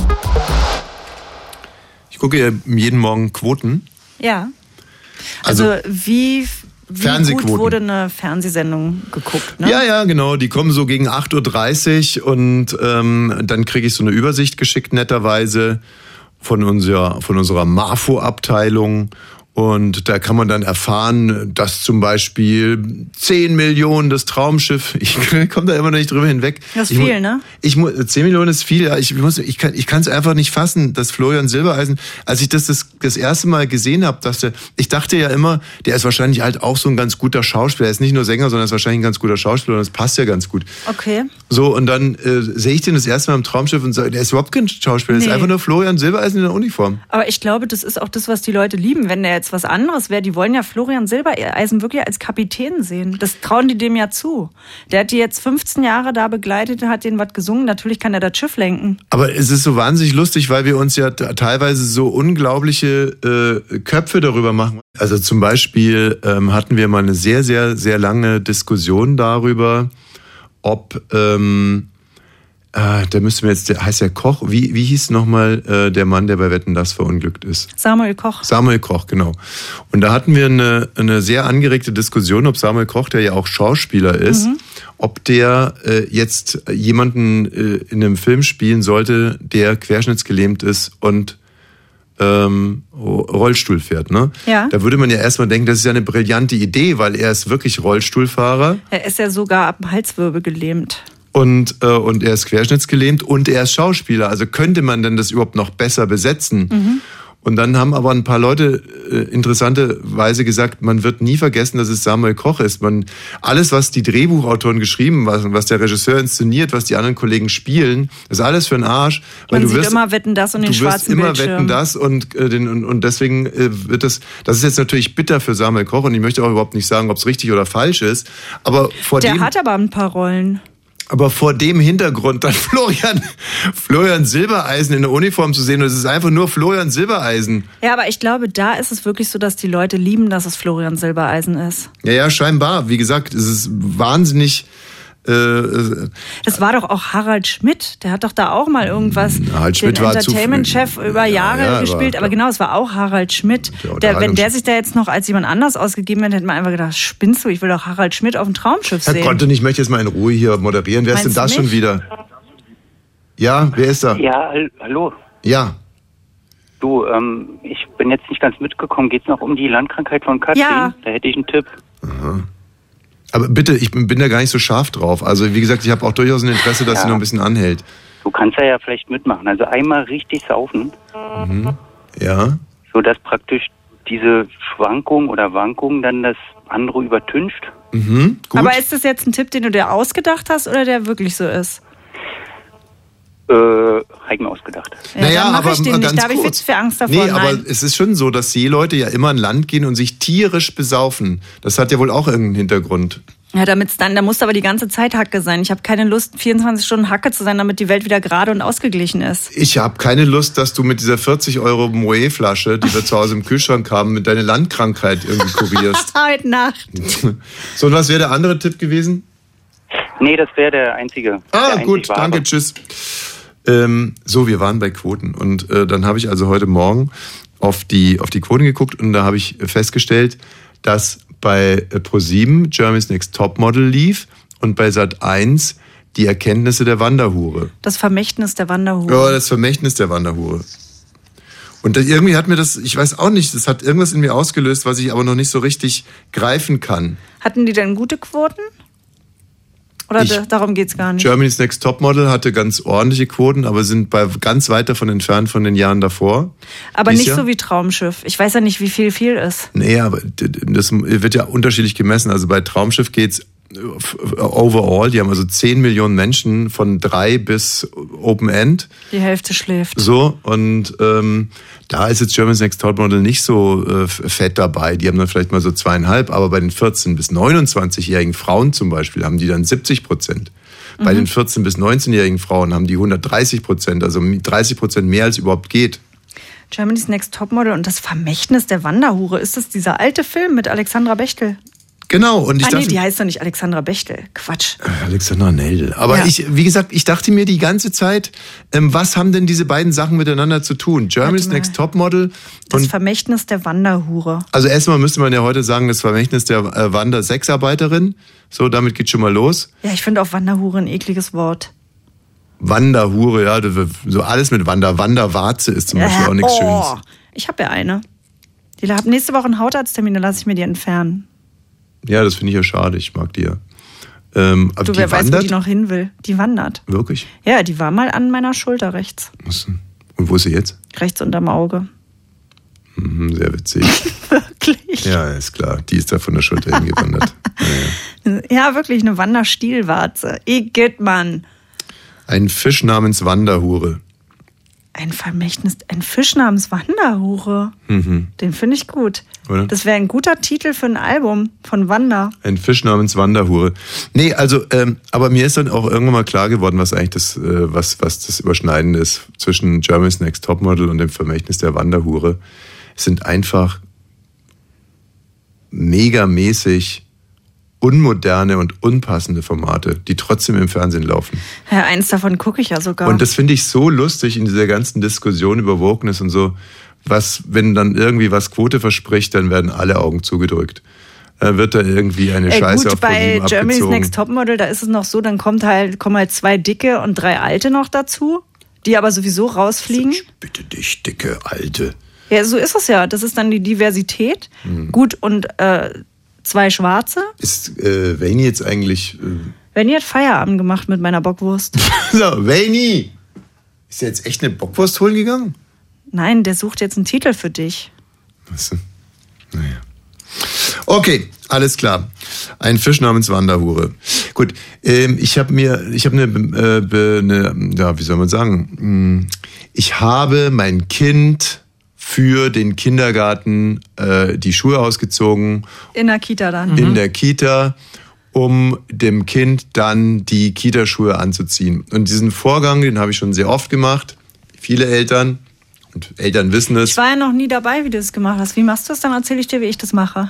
Ich gucke ja jeden Morgen Quoten. Ja. Also, Also, wie, wie Fernsehquoten. gut wurde eine Fernsehsendung geguckt, ne? Ja, ja, genau. Die kommen so gegen acht Uhr dreißig und ähm, dann kriege ich so eine Übersicht geschickt, netterweise, von unserer, von unserer MAFO-Abteilung. Und da kann man dann erfahren, dass zum Beispiel zehn Millionen das Traumschiff, ich komme da immer noch nicht drüber hinweg. Das ist ich viel, mu- ne? Ich mu- zehn Millionen ist viel, ja. Ich muss, ich kann, ich kann es einfach nicht fassen, dass Florian Silbereisen, als ich das das, das erste Mal gesehen habe, dachte, ich dachte ja immer, der ist wahrscheinlich halt auch so ein ganz guter Schauspieler. Er ist nicht nur Sänger, sondern ist wahrscheinlich ein ganz guter Schauspieler und das passt ja ganz gut. Okay. So, und dann äh, sehe ich den das erste Mal im Traumschiff und sage, der ist überhaupt kein Schauspieler, der Nee. ist einfach nur Florian Silbereisen in der Uniform. Aber ich glaube, das ist auch das, was die Leute lieben, wenn der jetzt jetzt was anderes wäre. Die wollen ja Florian Silbereisen wirklich als Kapitän sehen. Das trauen die dem ja zu. Der hat die jetzt fünfzehn Jahre da begleitet, hat denen was gesungen. Natürlich kann er das Schiff lenken. Aber es ist so wahnsinnig lustig, weil wir uns ja t- teilweise so unglaubliche äh, Köpfe darüber machen. Also zum Beispiel ähm, hatten wir mal eine sehr, sehr, sehr lange Diskussion darüber, ob... Ähm, Ah, da müsste mir jetzt, der heißt der Koch, wie, wie hieß nochmal äh, der Mann, der bei Wetten, das verunglückt ist? Samuel Koch. Samuel Koch, genau. Und da hatten wir eine, eine sehr angeregte Diskussion, ob Samuel Koch, der ja auch Schauspieler ist, mhm. ob der äh, jetzt jemanden äh, in einem Film spielen sollte, der querschnittsgelähmt ist und ähm, Rollstuhl fährt, ne? Ja. Da würde man ja erstmal denken, das ist ja eine brillante Idee, weil er ist wirklich Rollstuhlfahrer. Er ist ja sogar ab dem Halswirbel gelähmt. Und, äh, und er ist querschnittsgelähmt und er ist Schauspieler. Also könnte man denn das überhaupt noch besser besetzen? Mhm. Und dann haben aber ein paar Leute äh, interessanterweise gesagt, man wird nie vergessen, dass es Samuel Koch ist. Man, alles, was die Drehbuchautoren geschrieben haben, was der Regisseur inszeniert, was die anderen Kollegen spielen, ist alles für den Arsch. Weil man du sieht wirst, immer Wetten, das und den schwarzen Du wirst immer Bildschirm. Wetten, das und, äh, den, und, und deswegen äh, wird das, das ist jetzt natürlich bitter für Samuel Koch und ich möchte auch überhaupt nicht sagen, ob es richtig oder falsch ist. Aber vor Der dem, hat aber ein paar Rollen. Aber vor dem Hintergrund dann Florian, Florian Silbereisen in der Uniform zu sehen, und es ist einfach nur Florian Silbereisen. Ja, aber ich glaube, da ist es wirklich so, dass die Leute lieben, dass es Florian Silbereisen ist. Ja, ja, scheinbar. Wie gesagt, es ist wahnsinnig... Äh, das war doch auch Harald Schmidt. Der hat doch da auch mal irgendwas, Harald Schmidt den war Entertainment-Chef über Jahre ja, ja, gespielt. Aber, aber genau, es war auch Harald Schmidt. Der, der, wenn der sich da jetzt noch als jemand anders ausgegeben hätte, hätte man einfach gedacht, spinnst du, ich will doch Harald Schmidt auf dem Traumschiff sehen. Herr Konten, ich möchte jetzt mal in Ruhe hier moderieren. Wer Meinst ist denn das du schon mich? wieder? Ja, wer ist da? Ja, hallo. Ja. Du, ähm, ich bin jetzt nicht ganz mitgekommen. Geht's noch um die Landkrankheit von Katrin? Ja. Da hätte ich einen Tipp. Aha. Aber bitte, ich bin da gar nicht so scharf drauf. Also wie gesagt, ich habe auch durchaus ein Interesse, dass Ja. sie noch ein bisschen anhält. Du kannst ja, ja vielleicht mitmachen. Also einmal richtig saufen, Mhm. Ja. sodass praktisch diese Schwankung oder Wankung dann das andere übertüncht. Mhm. Gut. Aber ist das jetzt ein Tipp, den du dir ausgedacht hast oder der wirklich so ist? Äh, hab ich mir ausgedacht. Ja, naja, dann mach ich den nicht. Da habe ich viel zu viel Angst davor. Nee, Nein. aber es ist schon so, dass Seeleute ja immer an Land gehen und sich tierisch besaufen. Das hat ja wohl auch irgendeinen Hintergrund. Ja, damit's dann, da muss aber die ganze Zeit Hacke sein. Ich habe keine Lust, vierundzwanzig Stunden Hacke zu sein, damit die Welt wieder gerade und ausgeglichen ist. Ich habe keine Lust, dass du mit dieser vierzig Euro Moët-Flasche, die wir zu Hause im Kühlschrank haben, mit deiner Landkrankheit irgendwie kurierst. Heute Nacht. So, und was wäre der andere Tipp gewesen? Nee, das wäre der einzige. Ah, der gut, einzig wahre. danke, tschüss. Ähm, so, wir waren bei Quoten und äh, dann habe ich also heute Morgen auf die, auf die Quoten geguckt und da habe ich festgestellt, dass bei ProSieben Germany's Next Topmodel lief und bei Sat eins die Erkenntnisse der Wanderhure. Das Vermächtnis der Wanderhure. Ja, das Vermächtnis der Wanderhure. Und das, irgendwie hat mir das, ich weiß auch nicht, das hat irgendwas in mir ausgelöst, was ich aber noch nicht so richtig greifen kann. Hatten die denn gute Quoten? Oder Ich- da, darum geht's gar nicht? Germany's Next Topmodel hatte ganz ordentliche Quoten, aber sind bei ganz weit davon entfernt von den Jahren davor. Aber Dies nicht Jahr? so wie Traumschiff. Ich weiß ja nicht, wie viel viel ist. Nee, aber d- d- das wird ja unterschiedlich gemessen. Also bei Traumschiff geht's f- overall, die haben also zehn Millionen Menschen von drei bis Open End. Die Hälfte schläft. So, und ähm, da ist jetzt Germany's Next Topmodel nicht so äh, fett dabei. Die haben dann vielleicht mal so zweieinhalb, aber bei den vierzehn- bis neunundzwanzigjährigen Frauen zum Beispiel haben die dann siebzig Prozent. Bei Mhm. den vierzehn- bis neunzehnjährigen Frauen haben die hundertdreißig Prozent, also dreißig Prozent mehr als überhaupt geht. Germany's Next Topmodel und das Vermächtnis der Wanderhure. Ist das dieser alte Film mit Alexandra Bechtel? Genau, und ich ah nee, dachte, die heißt doch nicht Alexandra Bechtel. Quatsch. Alexandra Neldl. Aber Ja. ich, wie gesagt, ich dachte mir die ganze Zeit, ähm, was haben denn diese beiden Sachen miteinander zu tun? Germany's Warte mal. Next Topmodel Das und Vermächtnis der Wanderhure. also erstmal müsste man ja heute sagen, das Vermächtnis der äh, Wander-Sexarbeiterin. So, damit geht schon mal los. Ja, ich finde auch Wanderhure ein ekliges Wort. Wanderhure, ja, das- so alles mit Wander. Wanderwarze ist zum Beispiel Äh, auch nichts oh, Schönes. Ich habe ja eine. Die hat nächste Woche einen Hautarzttermin, da lasse ich mir die entfernen. Ja, das finde ich ja schade. Ich mag die ja. Ähm, aber Du, die wer weiß, wo wandert? die noch hin will. Die wandert. Wirklich? Ja, die war mal an meiner Schulter rechts. Und wo ist sie jetzt? Rechts unterm Auge. Mhm, sehr witzig. Wirklich? Ja, ist klar. Die ist da von der Schulter hingewandert. Ja, wirklich eine Wanderstielwarze. Igitt, Mann. Ein Fisch namens Wanderhure. Ein Vermächtnis, ein Fisch namens Wanderhure. Mhm. Den finde ich gut. Oder? Das wäre ein guter Titel für ein Album von Wanda. Ein Fisch namens Wanderhure. Nee, also, ähm, aber mir ist dann auch irgendwann mal klar geworden, was eigentlich das, äh, was, was das Überschneidende ist zwischen Germany's Next Topmodel und dem Vermächtnis der Wanderhure. Es sind einfach megamäßig unmoderne und unpassende Formate, die trotzdem im Fernsehen laufen. Ja, eins davon gucke ich ja sogar. Und das finde ich so lustig in dieser ganzen Diskussion über Wokeness und so, was, wenn dann irgendwie was Quote verspricht, dann werden alle Augen zugedrückt. Dann wird da irgendwie eine Ey, Scheiße gut, auf bei ProSieben Germany's abgezogen. Next Topmodel, da ist es noch so, dann kommt halt, kommen halt zwei Dicke und drei Alte noch dazu, die aber sowieso rausfliegen. Ich bitte dich, dicke Alte. Ja, so ist es ja. Das ist dann die Diversität. Hm. Gut, und äh, zwei Schwarze. Ist äh, Vaini jetzt eigentlich... Äh Vaini hat Feierabend gemacht mit meiner Bockwurst. So, Vaini! Ist der jetzt echt eine Bockwurst holen gegangen? Nein, der sucht jetzt einen Titel für dich. Was denn? Naja. Okay, alles klar. Ein Fisch namens Wanderhure. Gut, ähm, ich habe mir, ich habe eine, äh, eine, ja, wie soll man sagen? Ich habe mein Kind für den Kindergarten äh, die Schuhe ausgezogen. In der Kita dann. In mhm. der Kita, um dem Kind dann die Kitaschuhe anzuziehen. Und diesen Vorgang, den habe ich schon sehr oft gemacht. Viele Eltern und Eltern wissen es. Ich war ja noch nie dabei, wie du das gemacht hast. Wie machst du das? Dann erzähle ich dir, wie ich das mache.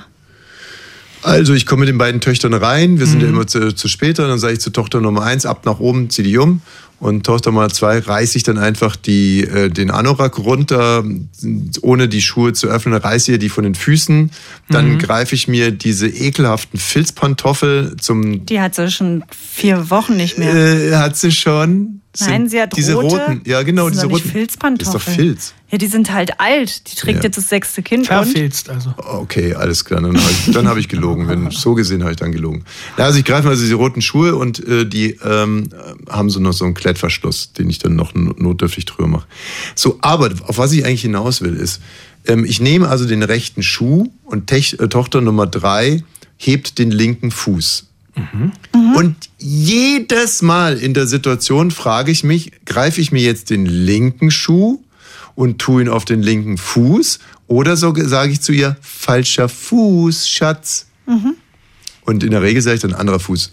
Also ich komme mit den beiden Töchtern rein. Wir sind mhm. ja immer zu, zu spät. Dann sage ich zu Tochter Nummer eins, ab nach oben, zieh die um. Und Tochter Nummer zwei reiße ich dann einfach die, äh, den Anorak runter, ohne die Schuhe zu öffnen, reiße ihr die von den Füßen. Dann mhm. greife ich mir diese ekelhaften Filzpantoffel zum... Die hat sie schon vier Wochen nicht mehr. Äh, hat sie schon. Nein, sie hat diese rote. roten. Ja, genau, das sind diese doch nicht roten. Filzpantoffeln. Das ist doch Filz. Ja, die sind halt alt. Die trägt ja. jetzt das sechste Kind. Verfilzt also. Okay, alles klar. Dann habe ich, dann hab ich gelogen. Wenn so gesehen habe ich dann gelogen. Ja, also ich greife mal also diese roten Schuhe und äh, die ähm, haben so noch so einen Klettverschluss, den ich dann noch notdürftig drüber mache. So, aber auf was ich eigentlich hinaus will, ist, ähm, ich nehme also den rechten Schuh und Tech, äh, Tochter Nummer drei hebt den linken Fuß. Mhm. Mhm. Und jedes Mal in der Situation frage ich mich, greife ich mir jetzt den linken Schuh und tue ihn auf den linken Fuß oder so sage ich zu ihr, falscher Fuß, Schatz. Mhm. Und in der Regel sage ich dann anderer Fuß.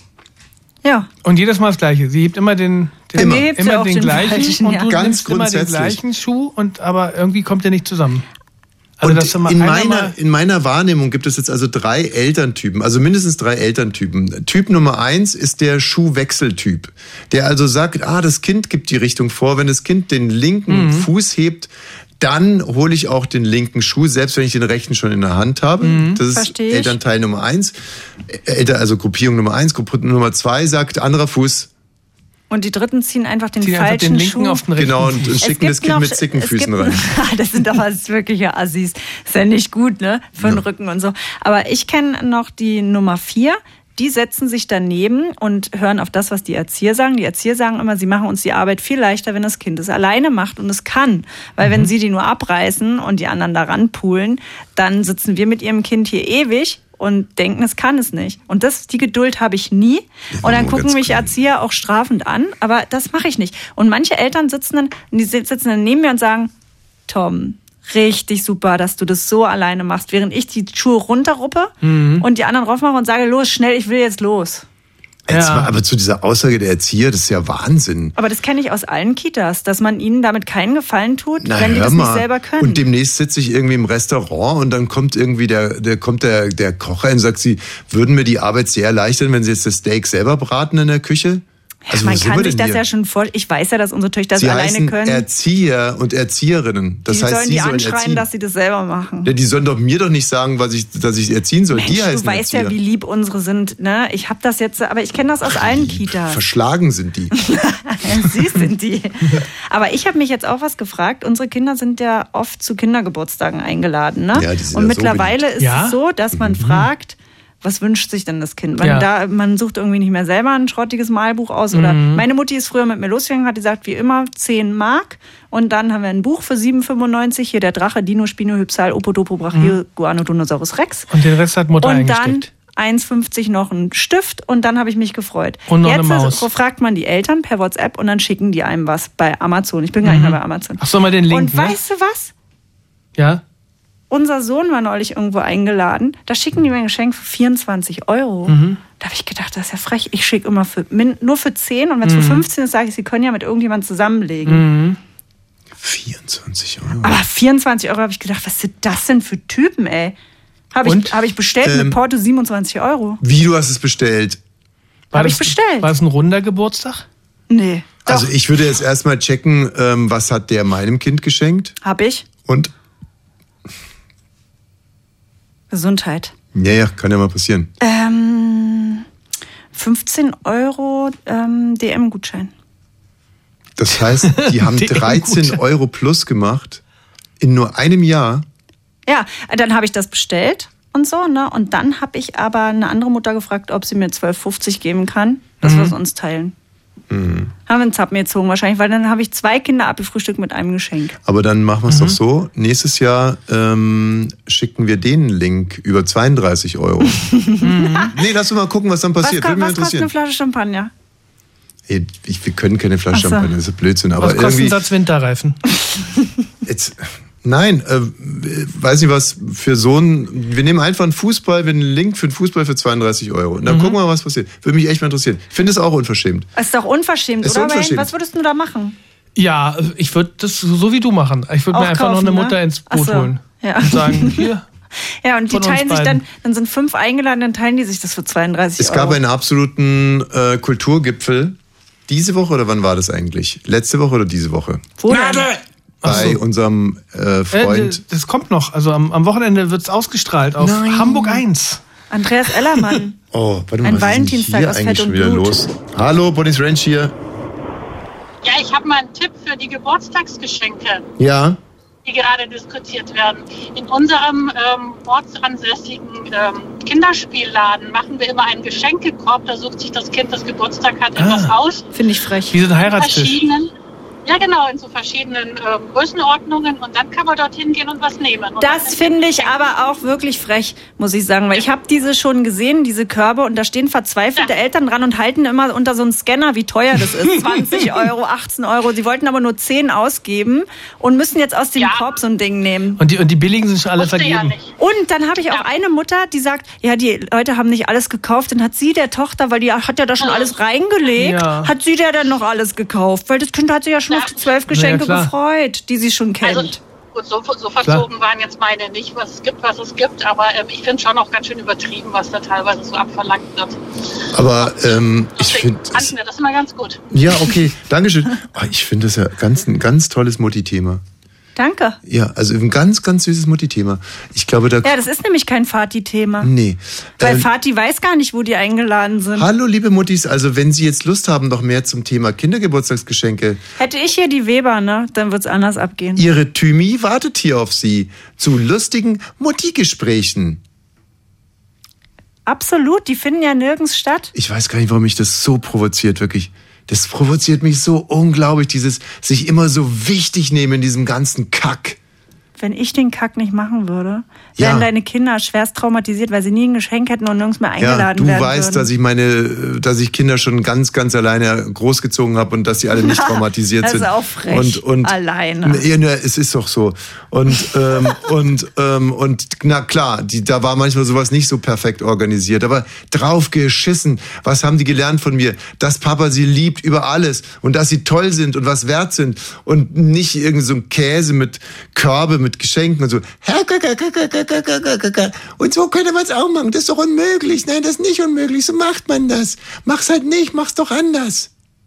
Ja. Und jedes Mal das Gleiche. Sie hebt immer den, den immer, immer den, den gleichen falschen, und ja. du Ganz nimmst immer den gleichen Schuh und aber irgendwie kommt der nicht zusammen. Also und in meiner, in meiner Wahrnehmung gibt es jetzt also drei Elterntypen, also mindestens drei Elterntypen. Typ Nummer eins ist der Schuhwechseltyp, der also sagt, ah, das Kind gibt die Richtung vor. Wenn das Kind den linken mhm. Fuß hebt, dann hole ich auch den linken Schuh, selbst wenn ich den rechten schon in der Hand habe. Mhm, das ist Elternteil Nummer eins. Eltern, also Gruppierung Nummer eins. Gruppe Nummer zwei sagt, anderer Fuß. Und die Dritten ziehen einfach den ziehen falschen einfach den linken Schuh. Auf den rechten. Genau, und, und schicken das Kind noch, mit Zickenfüßen gibt, rein. Das sind doch was wirkliche Assis. Ist ja nicht gut, ne? Für den ja. Rücken und so. Aber ich kenne noch die Nummer vier. Die setzen sich daneben und hören auf das, was die Erzieher sagen. Die Erzieher sagen immer, sie machen uns die Arbeit viel leichter, wenn das Kind es alleine macht und es kann. Weil mhm. wenn sie die nur abreißen und die anderen daran poolen, dann sitzen wir mit ihrem Kind hier ewig und denken, es kann es nicht. Und das, die Geduld habe ich nie. Und dann gucken mich Erzieher auch strafend an, aber das mache ich nicht. Und manche Eltern sitzen dann, die sitzen dann neben mir und sagen, Tom, richtig super, dass du das so alleine machst, während ich die Schuhe runterruppe mhm. und die anderen raufmache und sage, los, schnell, ich will jetzt los. Jetzt ja. Aber zu dieser Aussage der Erzieher, das ist ja Wahnsinn. Aber das kenne ich aus allen Kitas, dass man ihnen damit keinen Gefallen tut, Na, wenn die das mal. nicht selber können. Und demnächst sitze ich irgendwie im Restaurant und dann kommt irgendwie der, der kommt der, der Koch rein und sagt, sie würden mir die Arbeit sehr erleichtern, wenn sie jetzt das Steak selber braten in der Küche. Also, man kann sich das hier? ja schon vor. Ich weiß ja, dass unsere Töchter sie das alleine können. Erzieher und Erzieherinnen. Das die heißt, sollen sie die sollen anschreien, erziehen. dass sie das selber machen. Ja, die sollen doch mir doch nicht sagen, was ich, dass ich erziehen soll. Mensch, die heißen du weißt Erzieher. ja, wie lieb unsere sind. Ne? Ich habe das jetzt, aber ich kenne das aus allen Kitas. Verschlagen sind die. Süß sind die. Aber ich habe mich jetzt auch was gefragt. Unsere Kinder sind ja oft zu Kindergeburtstagen eingeladen. Ne? Ja, die sind und ja mittlerweile so ist ja? es so, dass man mhm. fragt, was wünscht sich denn das Kind? Weil ja. da, man sucht irgendwie nicht mehr selber ein schrottiges Malbuch aus. Oder mhm. meine Mutti ist früher mit mir losgegangen, hat gesagt, wie immer, zehn Mark. Und dann haben wir ein Buch für sieben fünfundneunzig. Hier der Drache, Dino, Spino, Hypsal, Opodopo, Brachio, mhm. Guanodontosaurus Rex. Und den Rest hat Mutter Und eingesteckt. dann eins fünfzig noch ein Stift und dann habe ich mich gefreut. Und noch Jetzt eine Maus. So fragt man die Eltern per WhatsApp und dann schicken die einem was bei Amazon. Ich bin gar nicht Mhm. mehr bei Amazon. Ach so, mal den Link, Und ne? weißt du was? Ja? Unser Sohn war neulich irgendwo eingeladen. Da schicken die mir ein Geschenk für vierundzwanzig Euro. Mhm. Da habe ich gedacht, das ist ja frech. Ich schicke immer für, min, nur für zehn und wenn es Mhm. für fünfzehn ist, sage ich, sie können ja mit irgendjemandem zusammenlegen. Mhm. vierundzwanzig Euro. Aber vierundzwanzig Euro habe ich gedacht, was sind das denn für Typen, ey? Habe ich, hab ich bestellt Ähm, mit Porto siebenundzwanzig Euro. Wie, du hast es bestellt? Habe ich bestellt. War es ein runder Geburtstag? Nee. Doch. Also ich würde jetzt erstmal checken, ähm, was hat der meinem Kind geschenkt? Hab ich. Und? Gesundheit. Ja, ja, kann ja mal passieren. Ähm, fünfzehn Euro ähm, D M-Gutschein. Das heißt, die haben Die dreizehn Gutschein. Euro plus gemacht in nur einem Jahr. Ja, dann habe ich das bestellt und so, ne? Und dann habe ich aber eine andere Mutter gefragt, ob sie mir zwölf fünfzig geben kann, dass Mhm. wir es uns teilen. Mhm. Haben wir einen Zappen gezogen wahrscheinlich, weil dann habe ich zwei Kinder abgefrühstückt mit einem Geschenk. Aber dann machen wir es Mhm. doch so. Nächstes Jahr ähm, schicken wir den Link über zweiunddreißig Euro. Nee, lass uns mal gucken, was dann Was, passiert. ko- Würde mich was kostet interessieren. eine Flasche Champagner? Ey, ich, wir können keine Flasche Ach so. Champagner, das ist Blödsinn. Aber Was kostet ein irgendwie, Satz Winterreifen? jetzt, nein, äh, weiß nicht was für so ein. Wir nehmen einfach einen Fußball, wir nehmen einen Link für einen Fußball für zweiunddreißig Euro. Und dann Mhm. gucken wir mal, was passiert. Würde mich echt mal interessieren. Ich finde es auch unverschämt. Das ist doch unverschämt, Ist oder? unverschämt. Wayne? Was würdest du da machen? Ja, ich würde das so wie du machen. Ich würde Auch mir einfach kaufen, noch eine ne? Mutter ins Ach Boot so. holen. Ja. Und sagen, hier. Ja, und die Von uns teilen sich dann, beiden. dann sind fünf eingeladen, dann teilen die sich das für zweiunddreißig Es Euro. gab einen absoluten äh, Kulturgipfel. Diese Woche oder wann war das eigentlich? Letzte Woche oder diese Woche? Wo denn? Bei unserem äh, Freund. Äh, das kommt noch. Also am, am Wochenende wird es ausgestrahlt auf Nein. Hamburg eins. Andreas Ellermann. Oh, warte mal, Ein was ist denn Valentinstag hier aus eigentlich Fett schon und wieder Blut. los? Hallo, Bonnie's Ranch hier. Ja, ich habe mal einen Tipp für die Geburtstagsgeschenke, Ja. die gerade diskutiert werden. In unserem ähm, ortsansässigen ähm, Kinderspielladen machen wir immer einen Geschenkekorb. Da sucht sich das Kind, das Geburtstag hat, etwas aus. Finde ich frech. Wie so ein Heiratstisch. Verschiedenen, ja, genau, in so verschiedenen ähm, Größenordnungen. Und dann kann man dorthin gehen und was nehmen. Und Das finde ich aber auch wirklich frech, muss ich sagen, weil ich habe diese schon gesehen, diese Körbe, und da stehen verzweifelte Eltern dran und halten immer unter so einen Scanner, wie teuer das ist. zwanzig Euro, achtzehn Euro. Sie wollten aber nur zehn ausgeben und müssen jetzt aus dem Korb so ein Ding nehmen. Und die, und die billigen sind schon alle vergeben. Und dann habe ich auch eine Mutter, die sagt, ja, die Leute haben nicht alles gekauft. Dann hat sie der Tochter, weil die hat ja da schon alles reingelegt, Ja. hat sie der dann noch alles gekauft. Weil das Kind hat sich ja schon auf die zwölf Geschenke klar. gefreut, die sie schon kennt. Also, gut, so, so verzogen waren jetzt meine nicht, was es gibt, was es gibt. Aber ähm, ich finde schon auch ganz schön übertrieben, was da teilweise so abverlangt wird. Aber ähm, ich Deswegen finde. fanden wir das immer ganz gut. Ja, okay, Dankeschön. Oh, ich finde das ja ganz, ein ganz tolles Mutti-Thema. Danke. Ja, also ein ganz, ganz süßes Mutti-Thema. Ich glaube, da. Ja, das ist nämlich kein Vati-Thema. Nee. Weil Ähm, Vati weiß gar nicht, wo die eingeladen sind. Hallo, liebe Muttis. Also, wenn Sie jetzt Lust haben, noch mehr zum Thema Kindergeburtstagsgeschenke, Hätte ich hier die Weber, ne, dann wird's anders abgehen. Ihre Thymi wartet hier auf Sie zu lustigen Mutti-Gesprächen. Absolut, die finden ja nirgends statt. Ich weiß gar nicht, warum mich das so provoziert, wirklich. Das provoziert mich so unglaublich, dieses sich immer so wichtig nehmen in diesem ganzen Kack. Wenn ich den Kack nicht machen würde, Ja. wären deine Kinder schwerst traumatisiert, weil sie nie ein Geschenk hätten und nirgends mehr eingeladen Ja, du werden weißt, würden. dass ich meine, dass ich Kinder schon ganz, ganz alleine großgezogen habe und dass sie alle nicht traumatisiert Das sind. ist auch frech. Und, und Alleine. Ja, ne, es ist doch so. Und ähm, und ähm, und na klar, die, da war manchmal sowas nicht so perfekt organisiert, aber drauf geschissen. Was haben die gelernt von mir? Dass Papa sie liebt über alles und dass sie toll sind und was wert sind und nicht irgend so ein Käse mit Körbe mit Geschenken und so. Und so könnte man es auch machen. Das ist doch unmöglich. Nein, das ist nicht unmöglich. So macht man das. Mach's halt nicht. Mach's doch anders.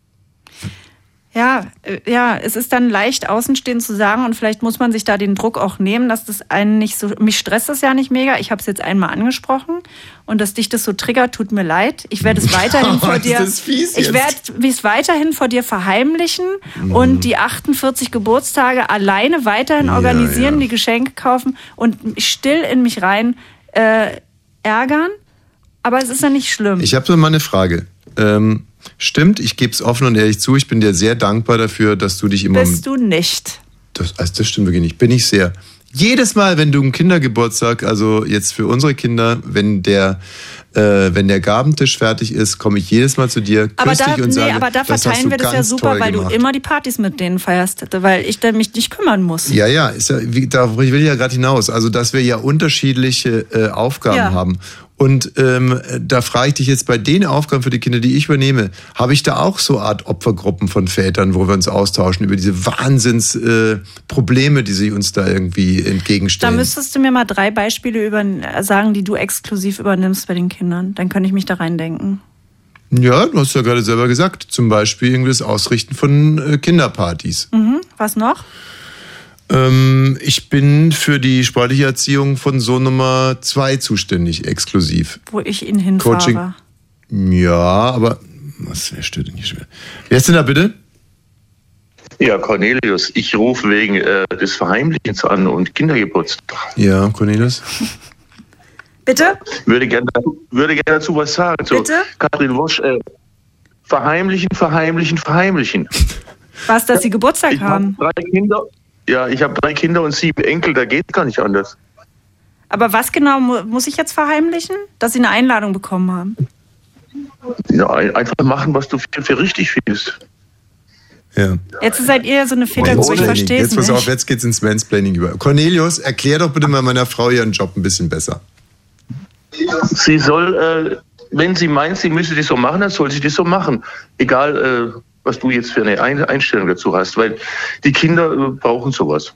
Ja, äh, ja, es ist dann leicht außenstehend zu sagen und vielleicht muss man sich da den Druck auch nehmen, dass das einen nicht so, mich stresst das ja nicht mega. Ich habe es jetzt einmal angesprochen und dass dich das so triggert, tut mir leid. Ich werde es weiterhin vor Ist dir, das fies ich jetzt? werde es weiterhin vor dir verheimlichen und die achtundvierzig Geburtstage alleine weiterhin Ja, organisieren, ja. die Geschenke kaufen und still in mich rein äh, ärgern. Aber es ist ja nicht schlimm. Ich habe so mal eine Frage. Ähm, stimmt, ich gebe es offen und ehrlich zu, ich bin dir sehr dankbar dafür, dass du dich immer... Bist du nicht. Das, also das stimmt wirklich nicht. Bin ich sehr. Jedes Mal, wenn du einen Kindergeburtstag, also jetzt für unsere Kinder, wenn der äh, wenn der Gabentisch fertig ist, komme ich jedes Mal zu dir, aber küsse da, dich und nee, sage, aber da verteilen wir das ja super, weil gemacht. du immer die Partys mit denen feierst, weil ich dann mich nicht kümmern muss. Ja, ja, ist ja, wie, da will ich ja gerade hinaus. Also, dass wir ja unterschiedliche äh, Aufgaben ja. haben. Und ähm, da frage ich dich jetzt, bei den Aufgaben für die Kinder, die ich übernehme, habe ich da auch so eine Art Opfergruppen von Vätern, wo wir uns austauschen über diese Wahnsinns äh, Probleme, die sie uns da irgendwie entgegenstellen. Da müsstest du mir mal drei Beispiele über, sagen, die du exklusiv übernimmst bei den Kindern. Dann könnte ich mich da reindenken. Ja, du hast ja gerade selber gesagt. Zum Beispiel irgendwie das Ausrichten von äh, Kinderpartys. Mhm. Was noch? Ähm, ich bin für die sportliche Erziehung von Sohn Nummer zwei zuständig, exklusiv. Wo ich ihn hinfahre. Coaching. Ja, aber was stört denn hier schwer? Wer ist denn da bitte? Ja, Cornelius. Ich rufe wegen äh, des Verheimlichens an und Kindergeburtstag. Ja, Cornelius. Bitte? Würde gerne würde gern dazu was sagen. So, bitte? Katrin Wosch, äh, verheimlichen, verheimlichen, verheimlichen. Was, dass sie Geburtstag ich haben? Hab drei Kinder. Ja, ich habe drei Kinder und sieben Enkel, da geht gar nicht anders. Aber was genau mu- muss ich jetzt verheimlichen? Dass sie eine Einladung bekommen haben? Ja, ein, einfach machen, was du für, für richtig findest. Ja. Jetzt seid ihr so eine Vätergruppe, ich verstehe es nicht. Jetzt pass auf, nicht. jetzt geht's ins Mansplaining über. Cornelius, erklär doch bitte mal meiner Frau ihren Job ein bisschen besser. Sie soll, äh, wenn sie meint, sie müsse das so machen, dann soll sie das so machen. Egal, äh, was du jetzt für eine Einstellung dazu hast, weil die Kinder äh, brauchen sowas.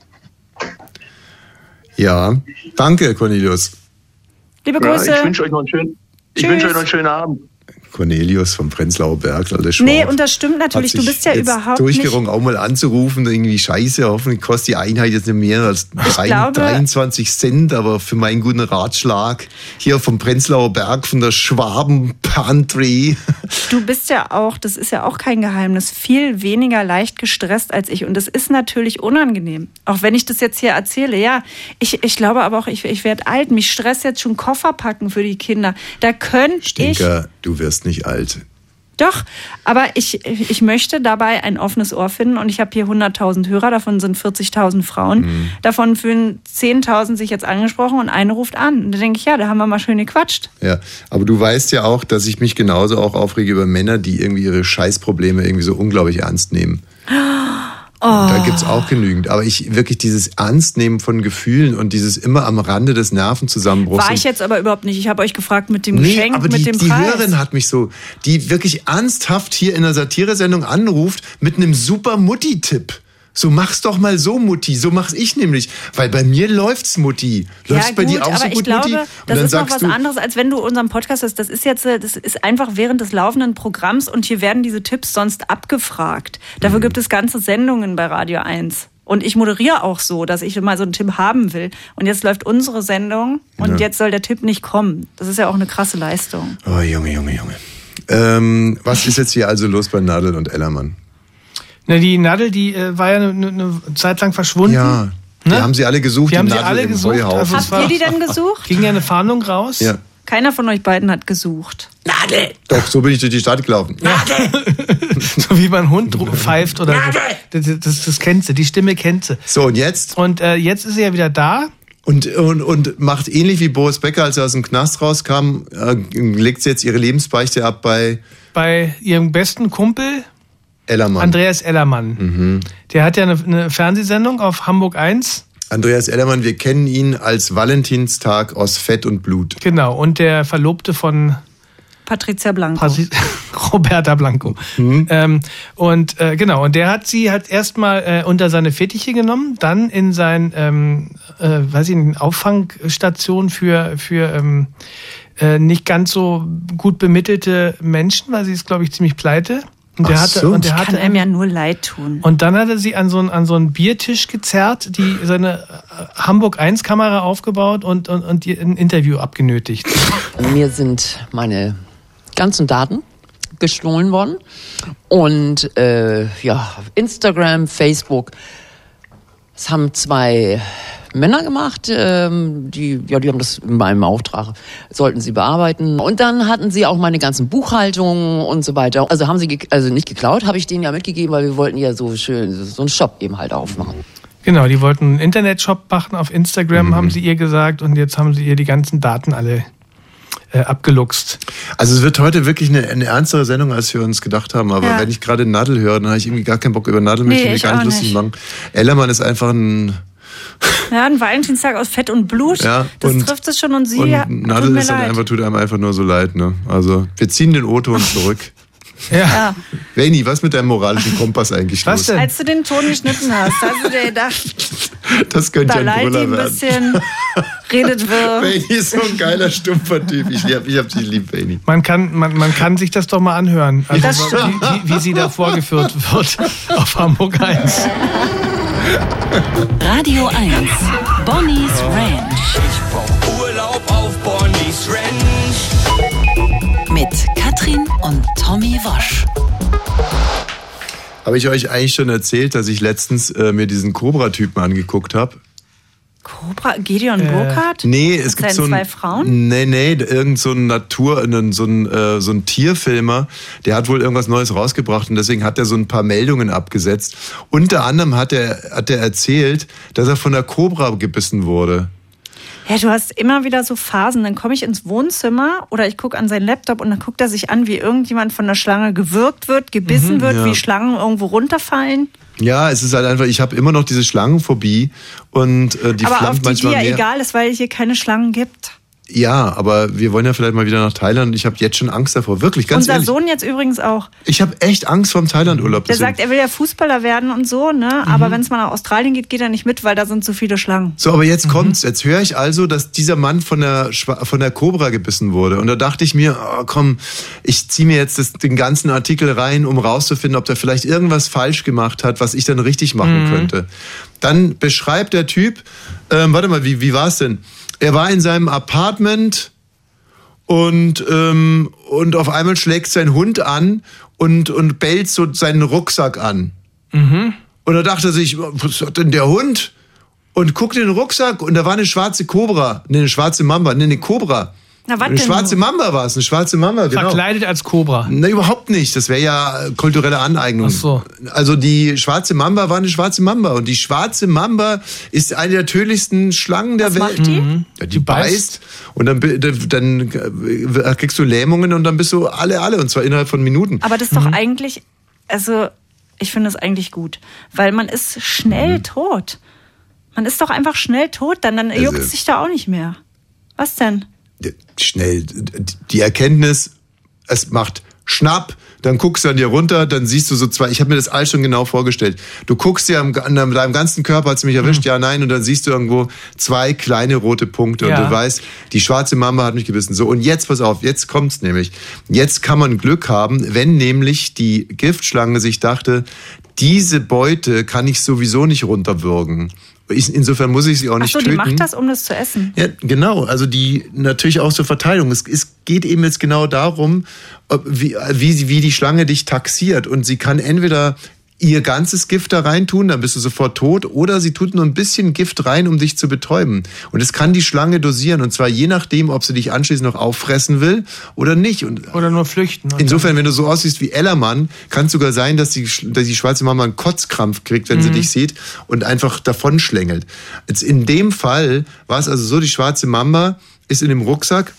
Ja, danke, Cornelius. Liebe Grüße. Ja, ich wünsche euch noch einen schönen, ich wünsche euch noch einen schönen Abend. Cornelius vom Prenzlauer Berg, alter Schwab. Nee, und das stimmt natürlich. Du bist ja überhaupt durchgerungen, nicht... auch mal anzurufen, irgendwie scheiße, hoffentlich kostet die Einheit jetzt nicht mehr als drei, glaube, dreiundzwanzig Cent, aber für meinen guten Ratschlag hier vom Prenzlauer Berg, von der Schwaben Pantry. Du bist ja auch, das ist ja auch kein Geheimnis, viel weniger leicht gestresst als ich. Und das ist natürlich unangenehm. Auch wenn ich das jetzt hier erzähle. Ja, ich, ich glaube aber auch, ich, ich werde alt. Mich stresst jetzt schon Koffer packen für die Kinder. Da könnte ich... Stinker, du wirst nicht alt. Doch, aber ich, ich möchte dabei ein offenes Ohr finden und ich habe hier hunderttausend Hörer, davon sind vierzigtausend Frauen. Mhm. Davon fühlen zehntausend sich jetzt angesprochen und eine ruft an. Und da denke ich, ja, da haben wir mal schön gequatscht. Ja, aber du weißt ja auch, dass ich mich genauso auch aufrege über Männer, die irgendwie ihre Scheißprobleme irgendwie so unglaublich ernst nehmen. Oh. Da gibt's auch genügend. Aber ich wirklich dieses Ernstnehmen von Gefühlen und dieses immer am Rande des Nervenzusammenbruchs. War ich jetzt aber überhaupt nicht. Ich habe euch gefragt mit dem nee, Geschenk, aber mit die, dem die Preis. Die Hörerin hat mich so, die wirklich ernsthaft hier in einer Satiresendung anruft mit einem super Mutti-Tipp. So, mach's doch mal so, Mutti. So mach's ich nämlich. Weil bei mir läuft's, Mutti. Läuft's ja, bei gut, dir auch aber so ich gut, glaube, Mutti? Und das dann ist noch sagst was du, anderes, als wenn du unseren Podcast hast. Das ist jetzt, das ist einfach während des laufenden Programms und hier werden diese Tipps sonst abgefragt. Dafür mhm. gibt es ganze Sendungen bei Radio eins. Und ich moderiere auch so, dass ich mal so einen Tipp haben will. Und jetzt läuft unsere Sendung und Ja. jetzt soll der Tipp nicht kommen. Das ist ja auch eine krasse Leistung. Oh, Junge, Junge, Junge. Ähm, was ist jetzt hier also los bei Nadel und Ellermann? Na, die Nadel, die äh, war ja eine, eine Zeit lang verschwunden. Ja, die Ne? haben sie alle gesucht, Die haben sie Nadel alle im gesucht. Heuhaufen. Also es Habt ihr die denn gesucht? Ging ja eine Fahndung raus. Ja. Keiner von euch beiden hat gesucht. Nadel! Doch, so bin ich durch die Stadt gelaufen. So wie man Hund pfeift oder so. Das, das, das kennt sie, die Stimme kennt sie. So, und jetzt? Und äh, jetzt ist sie ja wieder da. Und, und, und macht ähnlich wie Boris Becker, als er aus dem Knast rauskam, äh, legt sie jetzt ihre Lebensbeichte ab bei Bei ihrem besten Kumpel Ellermann. Andreas Ellermann. Mhm. Der hat ja eine, eine Fernsehsendung auf Hamburg eins. Andreas Ellermann, wir kennen ihn als Valentinstag aus Fett und Blut. Genau, und der Verlobte von Patricia Blanco. Patri- Roberta Blanco. Mhm. Ähm, und äh, genau, und der hat sie halt erstmal äh, unter seine Fittiche genommen, dann in sein, ähm, äh, weiß ich nicht, Auffangstation für, für ähm, äh, nicht ganz so gut bemittelte Menschen, weil sie ist, glaube ich, ziemlich pleite. Und der Ach hatte, so. und der Ich hatte kann einem ja nur leid tun. Und dann hat er sie an so einen, an so einen Biertisch gezerrt, die seine Hamburg eins Kamera aufgebaut und, und, und ihr ein Interview abgenötigt. Mir sind meine ganzen Daten gestohlen worden. Und äh, ja, Instagram, Facebook, das haben zwei Männer gemacht, ähm, die, ja, die haben das in meinem Auftrag, sollten sie bearbeiten. Und dann hatten sie auch meine ganzen Buchhaltungen und so weiter. Also haben sie, ge- also nicht geklaut, habe ich denen ja mitgegeben, weil wir wollten ja so schön, so einen Shop eben halt aufmachen. Genau, die wollten einen Internetshop machen auf Instagram, Mhm. haben sie ihr gesagt, und jetzt haben sie ihr die ganzen Daten alle äh, abgeluchst. Also es wird heute wirklich eine, eine ernstere Sendung, als wir uns gedacht haben. Aber Ja. wenn ich gerade Nadel höre, dann habe ich irgendwie gar keinen Bock über Nadel, möchte Nee, ich ich mir gar auch nicht lustig nicht. machen. Ellermann ist einfach ein... Ja, ein Valentinstag aus Fett und Blut, Ja, das und- trifft es schon und sie Und ja, tut Nadel mir ist halt leid. einfach, tut einem einfach nur so leid. Ne? Also wir ziehen den O-Ton zurück. Ja. Veni, was mit deinem moralischen Kompass eigentlich los? Als du den Ton geschnitten hast, hast du dir gedacht, Das könnte da ja ein leidet Brüller ein werden. bisschen, redet wir. Veni ist so ein geiler, stumpfer Typ. Ich hab, ich hab dich lieb, Veni. Man kann, man, man kann sich das doch mal anhören, also, Das wie, stimmt. wie, wie sie da vorgeführt wird auf Hamburg eins. Radio eins. Bonnie's Ranch. Ich brauch Urlaub auf Bonnie's Ranch. Mit Katrin und Tommy Wosch. Habe ich euch eigentlich schon erzählt, dass ich letztens äh, mir diesen Cobra-Typen angeguckt habe? Cobra, Gideon Burkhardt? Nee, Mit es gibt seinen so ein, zwei Frauen? Nee, nee, irgend so ein Natur, so ein, äh, so ein Tierfilmer, der hat wohl irgendwas Neues rausgebracht und deswegen hat er so ein paar Meldungen abgesetzt. Unter anderem hat er, hat er erzählt, dass er von der Cobra gebissen wurde. Ja, du hast immer wieder so Phasen. Dann komme ich ins Wohnzimmer oder ich gucke an seinen Laptop und dann guckt er sich an, wie irgendjemand von der Schlange gewürgt wird, gebissen Mhm, wird, ja. wie Schlangen irgendwo runterfallen. Ja, es ist halt einfach, ich habe immer noch diese Schlangenphobie und äh, die Aber auf flammt die manchmal dir mehr. egal ist, weil es hier keine Schlangen gibt. Ja, aber wir wollen ja vielleicht mal wieder nach Thailand und ich habe jetzt schon Angst davor. Wirklich, ganz Unser ehrlich. Sohn jetzt übrigens auch. Ich habe echt Angst vorm Thailand-Urlaub. Der deswegen- sagt, er will ja Fußballer werden und so, ne? Mhm. Aber wenn es mal nach Australien geht, geht er nicht mit, weil da sind so viele Schlangen. So, aber jetzt kommt's. Jetzt höre ich also, dass dieser Mann von der Schwa- von der Cobra gebissen wurde. Und da dachte ich mir, oh, komm, ich ziehe mir jetzt das, den ganzen Artikel rein, um rauszufinden, ob der vielleicht irgendwas falsch gemacht hat, was ich dann richtig machen Mhm. könnte. Dann beschreibt der Typ, ähm, warte mal, wie, wie war's denn? Er war in seinem Apartment und, ähm, und auf einmal schlägt sein Hund an und, und bellt so seinen Rucksack an. Mhm. Und da dachte er sich, was hat denn der Hund? Und guckt in den Rucksack und da war eine schwarze Kobra. Ne, eine schwarze Mamba. Ne, eine Kobra. Na, was Eine denn schwarze nun? Mamba war es, eine schwarze Mamba, genau. Verkleidet als Cobra. Na, überhaupt nicht. Das wäre ja äh, kulturelle Aneignung. Ach so. Also die schwarze Mamba war eine schwarze Mamba. Und die schwarze Mamba ist eine der tödlichsten Schlangen der Was Welt. macht die? Mhm. Ja, die beißt. Und dann, bi- dann äh, kriegst du Lähmungen und dann bist du alle, alle. Und zwar innerhalb von Minuten. Aber das ist doch eigentlich, also ich finde es eigentlich gut, weil man ist schnell Mhm. tot. Man ist doch einfach schnell tot, dann, dann Also- juckt es sich da auch nicht mehr. Was denn? Schnell. Die Erkenntnis, es macht Schnapp, dann guckst du an dir runter, dann siehst du so zwei, ich habe mir das alles schon genau vorgestellt. Du guckst dir am, an deinem ganzen Körper, hat es mich erwischt, ja, nein, und dann siehst du irgendwo zwei kleine rote Punkte Ja. und du weißt, die schwarze Mamba hat mich gebissen. So, und jetzt, pass auf, jetzt kommt's nämlich. Jetzt kann man Glück haben, wenn nämlich die Giftschlange sich dachte, diese Beute kann ich sowieso nicht runterwürgen. Ich, insofern muss ich sie auch nicht Achso, die töten. macht das, um das zu essen. Ja, genau. Also die natürlich auch zur Verteidigung. Es, es geht eben jetzt genau darum, ob, wie, wie, sie- wie die Schlange dich taxiert. Und sie kann entweder ihr ganzes Gift da reintun, dann bist du sofort tot, oder sie tut nur ein bisschen Gift rein, um dich zu betäuben. Und es kann die Schlange dosieren. Und zwar je nachdem, ob sie dich anschließend noch auffressen will oder nicht. Und Oder nur flüchten. Und insofern, wenn du so aussiehst wie Ellermann, kann es sogar sein, dass die, dass die schwarze Mama einen Kotzkrampf kriegt, wenn sie Mhm. dich sieht und einfach davon schlängelt. Jetzt in dem Fall war es also so, die schwarze Mamba ist in dem Rucksack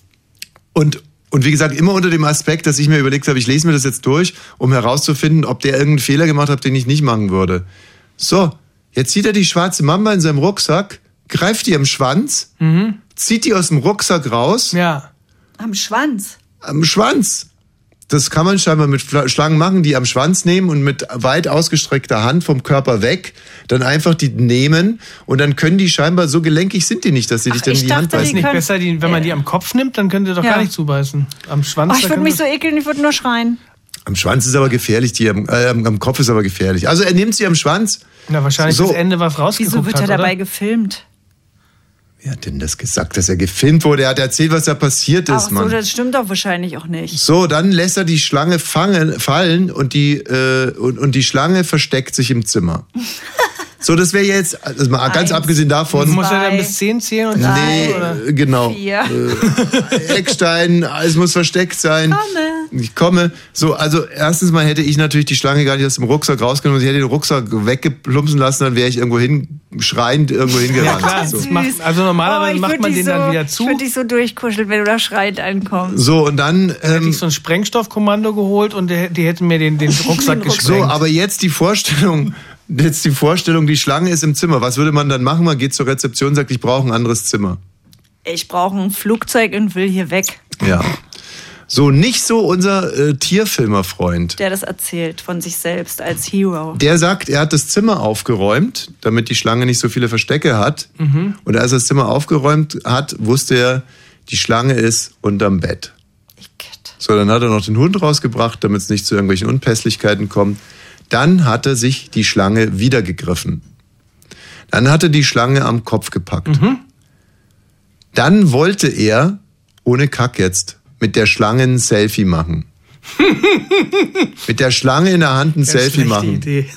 und Und wie gesagt, immer unter dem Aspekt, dass ich mir überlegt habe, ich lese mir das jetzt durch, um herauszufinden, ob der irgendeinen Fehler gemacht hat, den ich nicht machen würde. So, jetzt sieht er die schwarze Mamba in seinem Rucksack, greift die am Schwanz, Mhm. zieht die aus dem Rucksack raus. Ja. Am Schwanz. Am Schwanz. Das kann man scheinbar mit Fla- Schlangen machen, die am Schwanz nehmen und mit weit ausgestreckter Hand vom Körper weg, dann einfach die nehmen und dann können die scheinbar, so gelenkig sind die nicht, dass sie dich Ach, dann in ich die Hand dachte, Ist beißen. nicht können- besser, die, wenn man die am Kopf nimmt, dann könnt ihr doch Ja. gar nicht zubeißen. Am Schwanz. Oh, ich da würde kann mich das- so ekeln, ich würde nur schreien. Am Schwanz ist aber gefährlich, die am, äh, am Kopf ist aber gefährlich. Also er nimmt sie am Schwanz. Na, wahrscheinlich So. das Ende, was rausgeguckt Wieso wird hat, er dabei oder? gefilmt? Wer hat denn das gesagt, dass er gefilmt wurde? Er hat erzählt, was da passiert ist, Ach so, Mann. das stimmt doch wahrscheinlich auch nicht. So, dann lässt er die Schlange fangen, fallen und die, äh, und, und die Schlange versteckt sich im Zimmer. So, das wäre jetzt, also mal ganz Eins, abgesehen davon. Muss er dann Zwei, bis zehn zählen und Nee, oder? äh, genau. Vier. Äh, Eckstein, alles muss versteckt sein. Komme. ich komme. So, also erstens mal hätte ich natürlich die Schlange gar nicht aus dem Rucksack rausgenommen. Sie hätte den Rucksack weggeplumpsen lassen, dann wäre ich irgendwo hin, schreiend irgendwo hingerannt. Ja, klar. So. Macht, also normalerweise oh, macht man den so, dann wieder zu. Ich würde dich so durchkuscheln, wenn du da schreiend ankommst. So, und dann... Ähm, hätte ich so ein Sprengstoffkommando geholt und die, die hätten mir den, den Rucksack gesprengt. So, aber jetzt die Vorstellung... Jetzt die Vorstellung, die Schlange ist im Zimmer. Was würde man dann machen? Man geht zur Rezeption und sagt, ich brauche ein anderes Zimmer. Ich brauche ein Flugzeug und will hier weg. Ja. So, nicht so unser äh, Tierfilmerfreund. Der das erzählt von sich selbst als Hero. Der sagt, er hat das Zimmer aufgeräumt, damit die Schlange nicht so viele Verstecke hat. Mhm. Und als er das Zimmer aufgeräumt hat, wusste er, die Schlange ist unterm Bett. So, dann hat er noch den Hund rausgebracht, damit es nicht zu irgendwelchen Unpässlichkeiten kommt. Dann hat er sich die Schlange wieder gegriffen. Dann hat er die Schlange am Kopf gepackt. Mhm. Dann wollte er, ohne Kack jetzt, mit der Schlange ein Selfie machen. Mit der Schlange in der Hand ein Ganz Selfie machen. Idee.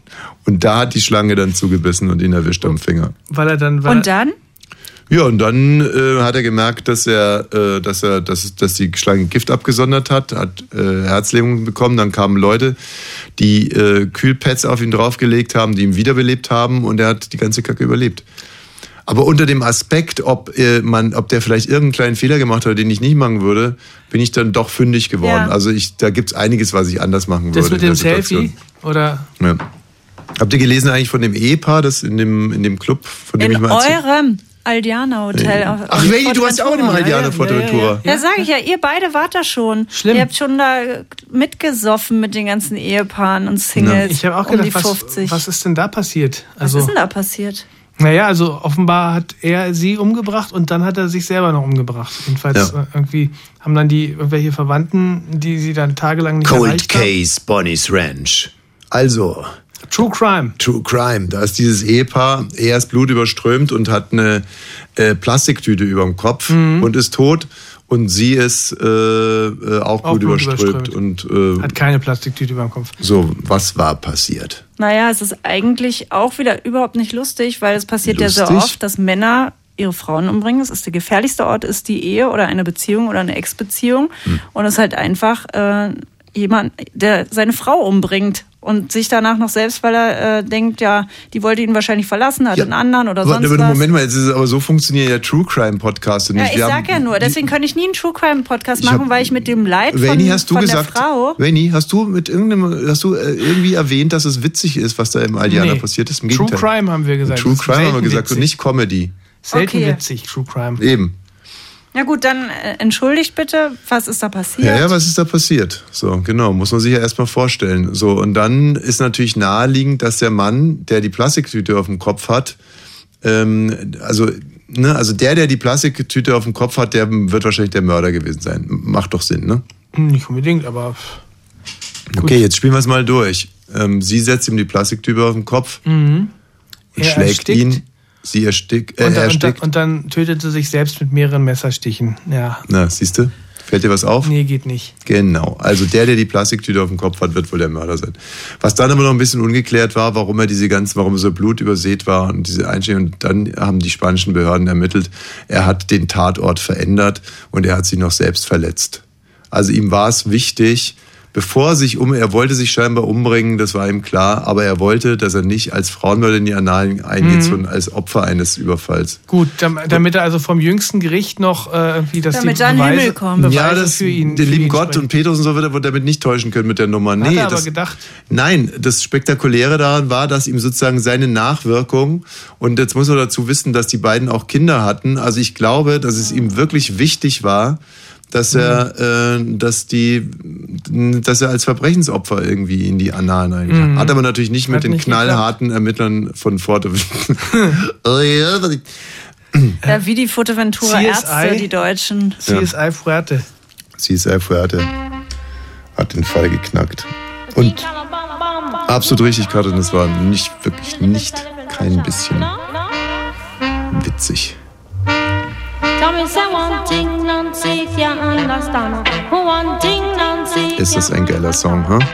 Und da hat die Schlange dann zugebissen und ihn erwischt am Finger. Weil er dann... Weil und dann? Ja, und dann äh, hat er gemerkt, dass er, äh, dass er, dass, dass die Schlange Gift abgesondert hat, hat äh, Herzlähmung bekommen. Dann kamen Leute, die äh, Kühlpads auf ihn draufgelegt haben, die ihn wiederbelebt haben, und er hat die ganze Kacke überlebt. Aber unter dem Aspekt, ob äh, man, ob der vielleicht irgendeinen kleinen Fehler gemacht hat, den ich nicht machen würde, bin ich dann doch fündig geworden. Ja. Also ich, da gibt's einiges, was ich anders machen das würde. mit dem Selfie? Oder? Ja. Habt ihr gelesen eigentlich von dem Ehepaar, das in dem in dem Club, von dem In ich mal erzählt? eurem Aldiana Hotel. Ach, Veni, du warst auch in dem Aldiana Fuerteventura. Ja, ja, ja. ja sag ich ja, ihr beide wart da schon. Schlimm. Ihr habt schon da mitgesoffen mit den ganzen Ehepaaren und Singles. Ich habe auch um gedacht, die was, fünfzig. was ist denn da passiert? Also, was ist denn da passiert? Naja, also offenbar hat er sie umgebracht und dann hat er sich selber noch umgebracht. Jedenfalls Ja. äh, irgendwie haben dann die irgendwelche Verwandten, die sie dann tagelang nicht Cold erreicht haben. Case, Bonnie's Ranch. Also... True Crime. True Crime. Da ist dieses Ehepaar, er ist blutüberströmt und hat eine äh, Plastiktüte über dem Kopf Mhm. und ist tot. Und sie ist äh, äh, auch, Auch blutüberströmt. Und äh, Hat keine Plastiktüte über dem Kopf. so, was war passiert? Naja, es ist eigentlich auch wieder überhaupt nicht lustig, weil es passiert ja Lustig? sehr oft, dass Männer ihre Frauen umbringen. Das ist der gefährlichste Ort, ist die Ehe oder eine Beziehung oder eine Ex-Beziehung. Hm. Und es ist halt einfach äh, jemand, der seine Frau umbringt und sich danach noch selbst, weil er äh, denkt, ja, die wollte ihn wahrscheinlich verlassen, hat Ja, einen anderen oder Aber, sonst aber was. Moment mal, jetzt ist es aber so funktionieren ja True Crime Podcasts nicht. Ja, ich Wir sag haben- ja nur, deswegen kann ich nie einen True Crime Podcast Ich hab- machen, weil ich mit dem Leid von, Veni, hast du von gesagt, der Frau. Veni, hast du mit irgendeinem, hast du äh, irgendwie erwähnt, dass es witzig ist, was da im Aldiana Nee. passiert ist? Im True Gegenteil. Crime haben wir gesagt. True Das ist Crime haben wir selten gesagt und witzig. nicht Comedy. Selten Okay. witzig, True Crime. Eben. Ja gut, dann äh, entschuldigt bitte, was ist da passiert? Ja, ja, was ist da passiert? So, genau, muss man sich ja erstmal vorstellen. So, und dann ist natürlich naheliegend, dass der Mann, der die Plastiktüte auf dem Kopf hat, ähm, also, ne, also der, der die Plastiktüte auf dem Kopf hat, der wird wahrscheinlich der Mörder gewesen sein. Macht doch Sinn, ne? Nicht unbedingt, aber... Okay, jetzt spielen wir es mal durch. Ähm, sie setzt ihm die Plastiktüte auf den Kopf Mhm. und Er schlägt erstickt. ihn. Sie erstickt, äh, Und, dann, und, dann, erstickt. und dann tötet sie sich selbst mit mehreren Messerstichen. Ja. Na, siehst du? Fällt dir was auf? Nee, geht nicht. Genau. Also der, der die Plastiktüte auf dem Kopf hat, wird wohl der Mörder sein. Was dann aber noch ein bisschen ungeklärt war, warum er diese ganzen, warum er so Blut übersät war und diese Einstellung. Und dann haben die spanischen Behörden ermittelt, er hat den Tatort verändert und er hat sich noch selbst verletzt. Also ihm war es wichtig, bevor er sich um, er wollte sich scheinbar umbringen, das war ihm klar, aber er wollte, dass er nicht als Frauenmörder in die Annalen eingeht, Mhm. sondern als Opfer eines Überfalls. Gut, dam- damit er also vom jüngsten Gericht noch äh, irgendwie, dass Damit die er in den Beweise, Himmel kommt. Beweise Ja, das, für ihn, den für lieben ihn Gott sprechen. und Petrus und so wird er damit nicht täuschen können mit der Nummer. Hat Nee, er aber das, gedacht. Nein, das Spektakuläre daran war, dass ihm sozusagen seine Nachwirkung, und jetzt muss man dazu wissen, dass die beiden auch Kinder hatten, also ich glaube, dass es ihm wirklich wichtig war, dass er, äh, dass die, dass er als Verbrechensopfer irgendwie in die Annalen eigentlich Mhm. hat aber natürlich nicht mit Hat den nicht knallharten Ermittlern von Forte. Oh ja, was ich- Ja, wie die Fuerteventura C S I? Ärzte, die Deutschen. C S I Fuerte. C S I Fuerte hat den Fall geknackt. Und absolut richtig, Katrin, das war nicht, wirklich nicht, kein bisschen witzig. Ist das ein geiler Song, hm?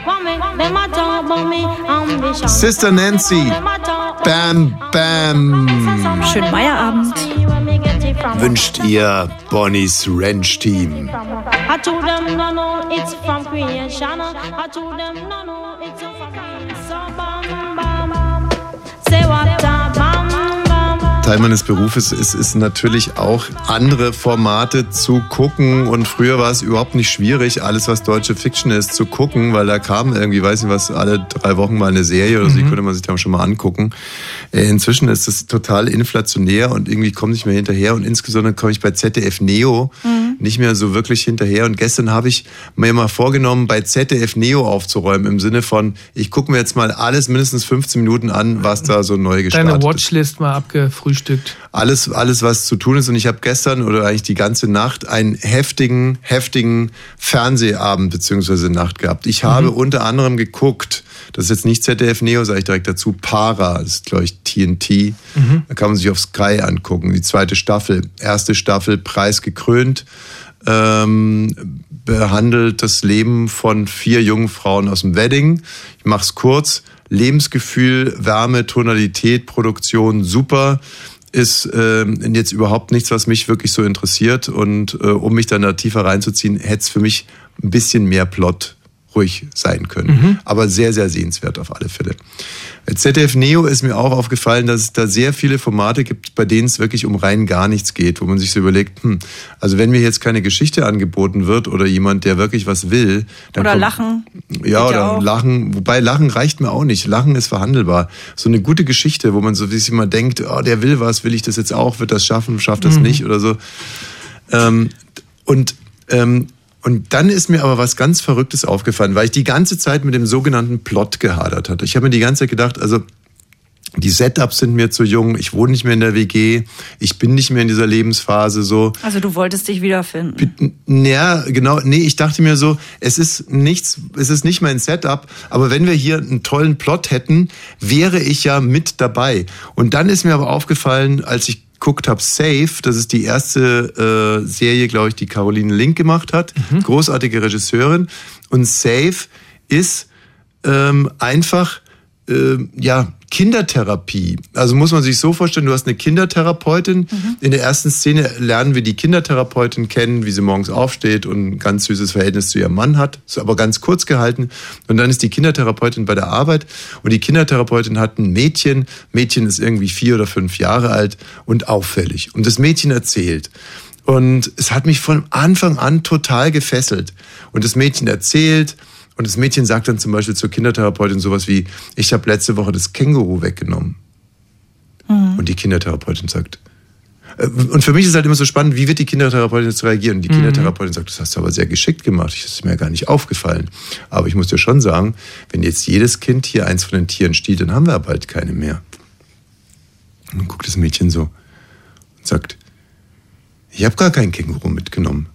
Sister Nancy, Bam Bam. Schönen Meierabend. wünscht ihr Bonnie's Ranch Team. I told them no no it's from creation. I told them no no it's from creation. So bam bam. Say what da bam bam. Teil meines Berufes ist, ist natürlich auch andere Formate zu gucken und früher war es überhaupt nicht schwierig, alles was deutsche Fiction ist zu gucken, weil da kam irgendwie, weiß nicht was, alle drei Wochen mal eine Serie oder so, die Mhm. könnte man sich dann schon mal angucken. Äh, Inzwischen ist es total inflationär und irgendwie komme ich nicht mehr hinterher und insbesondere komme ich bei Z D F Neo Mhm. nicht mehr so wirklich hinterher und gestern habe ich mir mal vorgenommen, bei Z D F Neo aufzuräumen im Sinne von, ich gucke mir jetzt mal alles mindestens fünfzehn Minuten an, was da so neu gestartet Deine ist. Watchlist mal abgefrühstückt. Alles, alles, was zu tun ist. Und ich habe gestern oder eigentlich die ganze Nacht einen heftigen, heftigen Fernsehabend bzw. Nacht gehabt. Ich habe Mhm. unter anderem geguckt, das ist jetzt nicht Z D F Neo, sage ich direkt dazu, Para, das ist glaube ich T N T. Mhm. Da kann man sich auf Sky angucken. Die zweite Staffel, erste Staffel, preisgekrönt, ähm, behandelt das Leben von vier jungen Frauen aus dem Wedding. Ich mache es kurz. Lebensgefühl, Wärme, Tonalität, Produktion, super. Ist äh, jetzt überhaupt nichts, was mich wirklich so interessiert. Und äh, um mich dann da tiefer reinzuziehen, hätte es für mich ein bisschen mehr Plot ruhig sein können. Mhm. Aber sehr, sehr sehenswert auf alle Fälle. Bei Z D F Neo ist mir auch aufgefallen, dass es da sehr viele Formate gibt, bei denen es wirklich um rein gar nichts geht, wo man sich so überlegt, hm, also wenn mir jetzt keine Geschichte angeboten wird oder jemand, der wirklich was will, dann Oder kommt, Lachen. ja, Geht ja oder auch. Lachen, wobei Lachen reicht mir auch nicht. Lachen ist verhandelbar. So eine gute Geschichte, wo man so wie sich immer denkt, oh, der will was, will ich das jetzt auch, wird das schaffen, schafft das Mhm. nicht oder so. Ähm, und ähm, Und dann ist mir aber was ganz Verrücktes aufgefallen, weil ich die ganze Zeit mit dem sogenannten Plot gehadert hatte. Ich habe mir die ganze Zeit gedacht, also die Setups sind mir zu jung, ich wohne nicht mehr in der W G, ich bin nicht mehr in dieser Lebensphase so. Also du wolltest dich wiederfinden. Ja, genau, nee, ich dachte mir so, es ist nichts, es ist nicht mein Setup, aber wenn wir hier einen tollen Plot hätten, wäre ich ja mit dabei. Und dann ist mir aber aufgefallen, als ich geguckt habe, Safe, das ist die erste äh, Serie, glaube ich, die Caroline Link gemacht hat, Mhm. großartige Regisseurin. Und Safe ist ähm, einfach, äh, ja, Kindertherapie. Also muss man sich so vorstellen, du hast eine Kindertherapeutin. Mhm. In der ersten Szene lernen wir die Kindertherapeutin kennen, wie sie morgens aufsteht und ein ganz süßes Verhältnis zu ihrem Mann hat. Ist aber ganz kurz gehalten. Und dann ist die Kindertherapeutin bei der Arbeit und die Kindertherapeutin hat ein Mädchen. Mädchen ist irgendwie vier oder fünf Jahre alt und auffällig. Und das Mädchen erzählt. Und es hat mich von Anfang an total gefesselt. Und das Mädchen erzählt. Und das Mädchen sagt dann zum Beispiel zur Kindertherapeutin sowas wie, ich habe letzte Woche das Känguru weggenommen. Mhm. Und die Kindertherapeutin sagt, äh, und für mich ist halt immer so spannend, wie wird die Kindertherapeutin jetzt reagieren? Und die Mhm. Kindertherapeutin sagt, das hast du aber sehr geschickt gemacht, das ist mir gar nicht aufgefallen. Aber ich muss dir schon sagen, wenn jetzt jedes Kind hier eins von den Tieren stiehlt, dann haben wir bald keine mehr. Und dann guckt das Mädchen so und sagt, ich habe gar kein Känguru mitgenommen.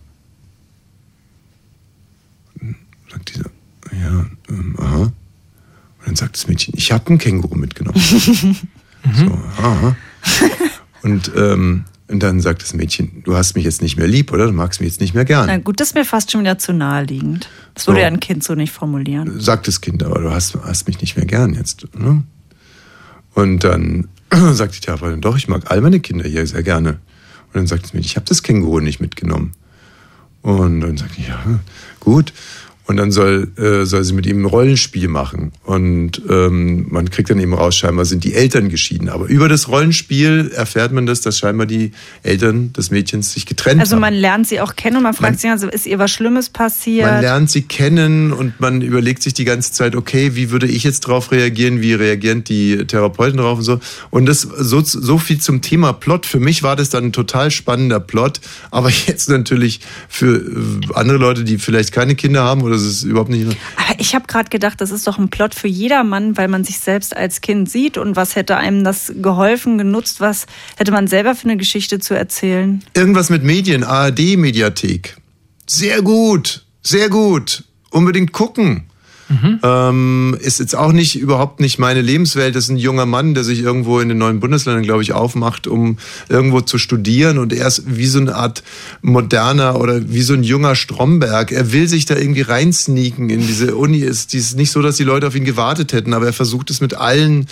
Und sagt die so, ja, ähm, aha. Und dann sagt das Mädchen, ich habe ein Känguru mitgenommen. So, aha. Und, ähm, und dann sagt das Mädchen, du hast mich jetzt nicht mehr lieb, oder? Du magst mich jetzt nicht mehr gern. Na gut, das ist mir fast schon wieder zu naheliegend. Das So. würde ja ein Kind so nicht formulieren. Sagt das Kind, aber du hast, hast mich nicht mehr gern jetzt. Ne? Und dann sagt die Therapeutin, doch, ich mag all meine Kinder hier sehr gerne. Und dann sagt das Mädchen, ich habe das Känguru nicht mitgenommen. Und dann sagt die, ja, gut. Und dann soll, äh, soll sie mit ihm ein Rollenspiel machen. Und ähm, man kriegt dann eben raus, scheinbar sind die Eltern geschieden. Aber über das Rollenspiel erfährt man das, dass scheinbar die Eltern des Mädchens sich getrennt Also haben. man lernt sie auch kennen und man fragt Man- sich, also ist ihr was Schlimmes passiert? Man lernt sie kennen und man überlegt sich die ganze Zeit, okay, wie würde ich jetzt drauf reagieren, wie reagieren die Therapeuten drauf und so. Und das so, so viel zum Thema Plot. Für mich war das dann ein total spannender Plot, aber jetzt natürlich für äh, andere Leute, die vielleicht keine Kinder haben oder es ist überhaupt nicht... Aber ich habe gerade gedacht, das ist doch ein Plot für jedermann, weil man sich selbst als Kind sieht und was hätte einem das geholfen, genutzt, was hätte man selber für eine Geschichte zu erzählen? Irgendwas mit Medien, A R D-Mediathek. Sehr gut, sehr gut. Unbedingt gucken. Mhm. Ähm, ist jetzt auch nicht, überhaupt nicht meine Lebenswelt. Das ist ein junger Mann, der sich irgendwo in den neuen Bundesländern, glaube ich, aufmacht, um irgendwo zu studieren. Und er ist wie so eine Art moderner oder wie so ein junger Stromberg. Er will sich da irgendwie reinsneaken in diese Uni. Es ist nicht so, dass die Leute auf ihn gewartet hätten, aber er versucht es mit allen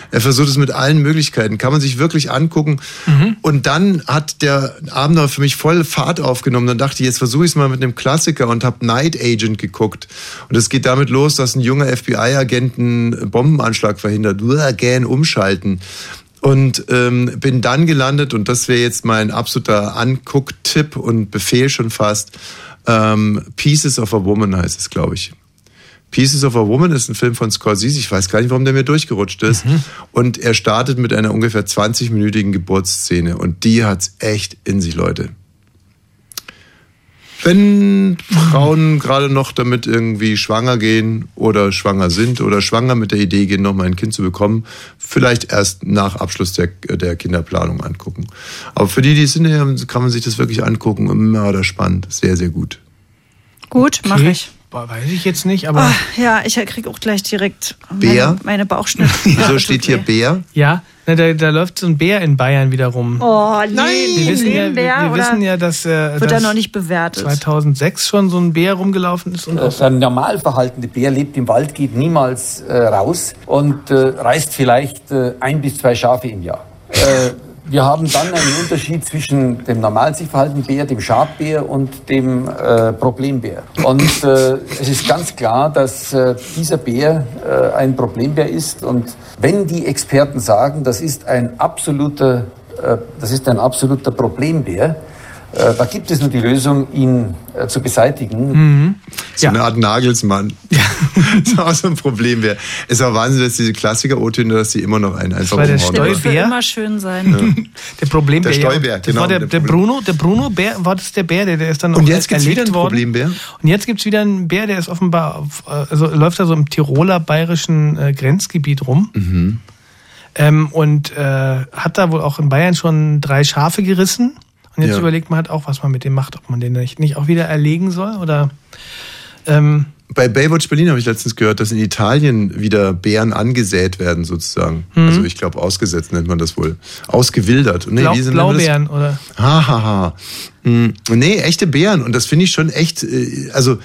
Er versucht es mit allen Möglichkeiten. Kann man sich wirklich angucken. Mhm. Und dann hat der Abend aber für mich voll Fahrt aufgenommen. Dann dachte ich, jetzt versuche ich es mal mit einem Klassiker und habe Night Agent geguckt. Und es geht damit los, dass ein junger F B I-Agent einen Bombenanschlag verhindert. Uah, gähn umschalten. Und ähm, bin dann gelandet, und das wäre jetzt mein absoluter Anguck-Tipp und Befehl schon fast, ähm, Pieces of a Woman heißt es, glaube ich. Pieces of a Woman ist ein Film von Scorsese, ich weiß gar nicht, warum der mir durchgerutscht ist. Mhm. Und er startet mit einer ungefähr zwanzig-minütigen Geburtsszene. Und die hat's echt in sich, Leute. Wenn Frauen gerade noch damit irgendwie schwanger gehen oder schwanger sind oder schwanger mit der Idee gehen, noch mal ein Kind zu bekommen, vielleicht erst nach Abschluss der, der Kinderplanung angucken. Aber für die, die es sind, kann man sich das wirklich angucken. Mörder spannend. Sehr, sehr gut. Gut, okay. Mache ich. Boah, weiß ich jetzt nicht, aber... Oh, ja, ich kriege auch gleich direkt Bär? meine, meine Bauchschnitte. Wieso steht hier Bär? Ja, na, da, da läuft so ein Bär in Bayern wieder rum. Oh, nein, wir wissen ja, wir, wir wissen ja, dass, äh, wird dass er noch nicht bewertet. zweitausendsechs schon so ein Bär rumgelaufen ist. Und äh, ein normal verhaltender Bär lebt im Wald, geht niemals äh, raus und äh, reißt vielleicht äh, ein bis zwei Schafe im Jahr. Äh, Wir haben dann einen Unterschied zwischen dem normal sich verhaltenen Bär, dem Schafbär und dem äh, Problembär. Und äh, es ist ganz klar, dass äh, dieser Bär äh, ein Problembär ist. Und wenn die Experten sagen, das ist ein absoluter, äh, das ist ein absoluter Problembär, äh, da gibt es nur die Lösung, ihn äh, zu beseitigen. Mhm. So ja. Eine Art Nagelsmann. Ja. Das ist auch so ein Problem wäre. Es ist auch Wahnsinn, dass diese Klassiker-O-Töne, dass die immer noch einen einfach umhauen. Der wird für immer schön sein. Ja. Der Problembär. Der Stolbär, das genau. War der, der Bruno, der Bruno Bär, war das der Bär, der, der ist dann Und jetzt gibt's wieder einen Problembär? Und jetzt gibt's wieder einen Bär, der ist offenbar, auf, also läuft da so im Tiroler bayerischen äh, Grenzgebiet rum. Mhm. Ähm, und äh, hat da wohl auch in Bayern schon drei Schafe gerissen. Und jetzt ja. überlegt man halt auch, was man mit dem macht, ob man den nicht, nicht auch wieder erlegen soll oder... Ähm, Bei Baywatch Berlin habe ich letztens gehört, dass in Italien wieder Bären angesät werden, sozusagen. Mhm. Also ich glaube, ausgesetzt nennt man das wohl. Ausgewildert. Nee, Blau, wie sind Blaubeeren, das? oder? Hahaha. Ha, ha. Hm. Nee, echte Bären. Und das finde ich schon echt, also...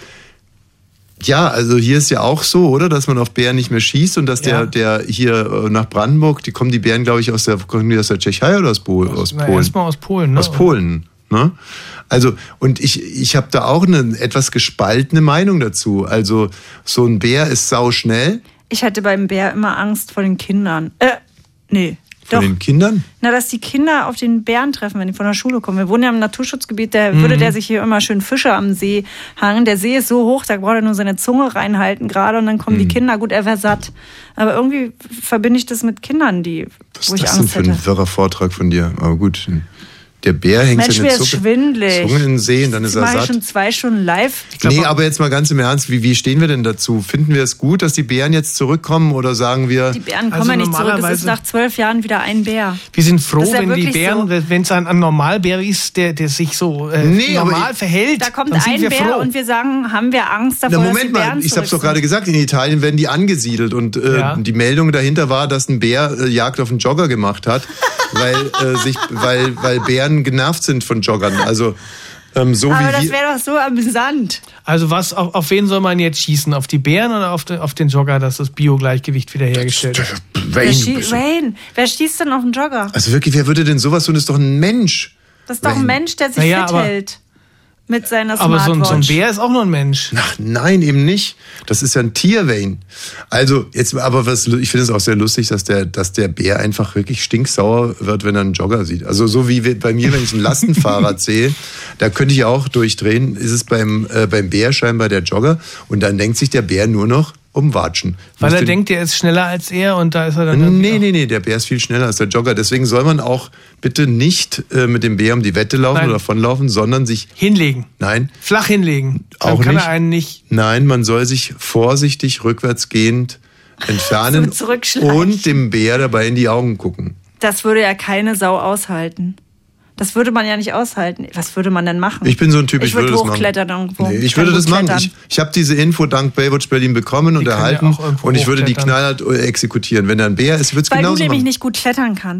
Ja, also hier ist ja auch so, oder? Dass man auf Bären nicht mehr schießt und dass der, ja. der hier nach Brandenburg, die kommen die Bären, glaube ich, aus der, kommen die aus der Tschechei oder aus, Pol, aus, aus na, Polen? Erstmal aus Polen, ne? Aus Polen, ne? Also, und ich, ich habe da auch eine etwas gespaltene Meinung dazu. Also, so ein Bär ist sauschnell. Ich hatte beim Bär immer Angst vor den Kindern. Äh, nee. Von Doch. den Kindern? Na, dass die Kinder auf den Bären treffen, wenn die von der Schule kommen. Wir wohnen ja im Naturschutzgebiet, da mhm. würde der sich hier immer schön Fische am See hangen. Der See ist so hoch, da braucht er nur seine Zunge reinhalten gerade und dann kommen mhm. die Kinder. Gut, er wäre satt. Aber irgendwie verbinde ich das mit Kindern, die, Was wo ist ich das denn Angst für hätte. ein wirrer Vortrag von dir? Aber gut. Der Bär hängt Mensch, seine mir ist Zunge, schwindelig. Zunge in den See und dann ist Sie er war ja satt. schon zwei Stunden live. Ich glaub, nee, aber jetzt mal ganz im Ernst, wie, wie stehen wir denn dazu? Finden wir es gut, dass die Bären jetzt zurückkommen oder sagen wir... Die Bären kommen Also ja nicht zurück, es ist normalerweise- nach zwölf Jahren wieder ein Bär. Wir sind froh, Das ist ja wenn die wirklich Bären, so. wenn es ein, ein Normalbär ist, der, der sich so äh, Nee, aber normal ich- verhält. Da kommt dann sind ein wir Bär froh. und wir sagen, haben wir Angst davor, Na, dass Moment die mal, Bären ich hab's doch zurück gerade sind? gesagt, in Italien werden die angesiedelt und äh, Ja. die Meldung dahinter war, dass ein Bär äh, Jagd auf einen Jogger gemacht hat, weil, äh, sich, weil, weil Bären genervt sind von Joggern. Also ähm, so Aber wie das wir... wäre doch so amüsant. Also was, auf, auf wen soll man jetzt schießen? Auf die Bären oder auf den, auf den Jogger, dass das Biogleichgewicht wiederhergestellt ist? Wer, Wayne, schie Wayne, wer schießt denn auf einen Jogger? also wirklich, wer würde denn sowas tun? Das ist doch ein Mensch. Das ist doch ein Wayne. Mensch, der sich Naja, fit aber- hält. Mit seiner Aber so, Smartwatch. ein- so ein Bär ist auch nur ein Mensch. Ach nein, eben nicht. Das ist ja ein Tier, Wayne. Also jetzt, aber was, ich finde es auch sehr lustig, dass der, dass der Bär einfach wirklich stinksauer wird, wenn er einen Jogger sieht. Also so wie bei mir, wenn ich einen Lastenfahrrad sehe, da könnte ich ja auch durchdrehen. Ist es beim äh, beim Bär scheinbar der Jogger und dann denkt sich der Bär nur noch umwatschen. Weil Muss er den- denkt, er ist schneller als er und da ist er dann irgendwie Nee, nee, nee, der Bär ist viel schneller als der Jogger. Deswegen soll man auch bitte nicht äh, mit dem Bär um die Wette laufen Nein. oder davonlaufen, sondern sich... hinlegen. Nein, Flach hinlegen. Dann auch kann nicht. er einen nicht. Nein, man soll sich vorsichtig rückwärtsgehend entfernen So zurückschleichen. und dem Bär dabei in die Augen gucken. Das würde ja keine Sau aushalten. Das würde man ja nicht aushalten. Was würde man denn machen? Ich bin so ein Typ, ich, ich würde würde das machen. hochklettern irgendwo. Nee, ich kann würde das gut machen. klettern. Ich, ich habe diese Info dank Baywatch Berlin bekommen und Die können ja erhalten auch irgendwo und ich würde die hochklettern. knallhart exekutieren. Wenn da ein Bär ist, würde es Weil du genauso nämlich machen. nicht gut klettern kannst.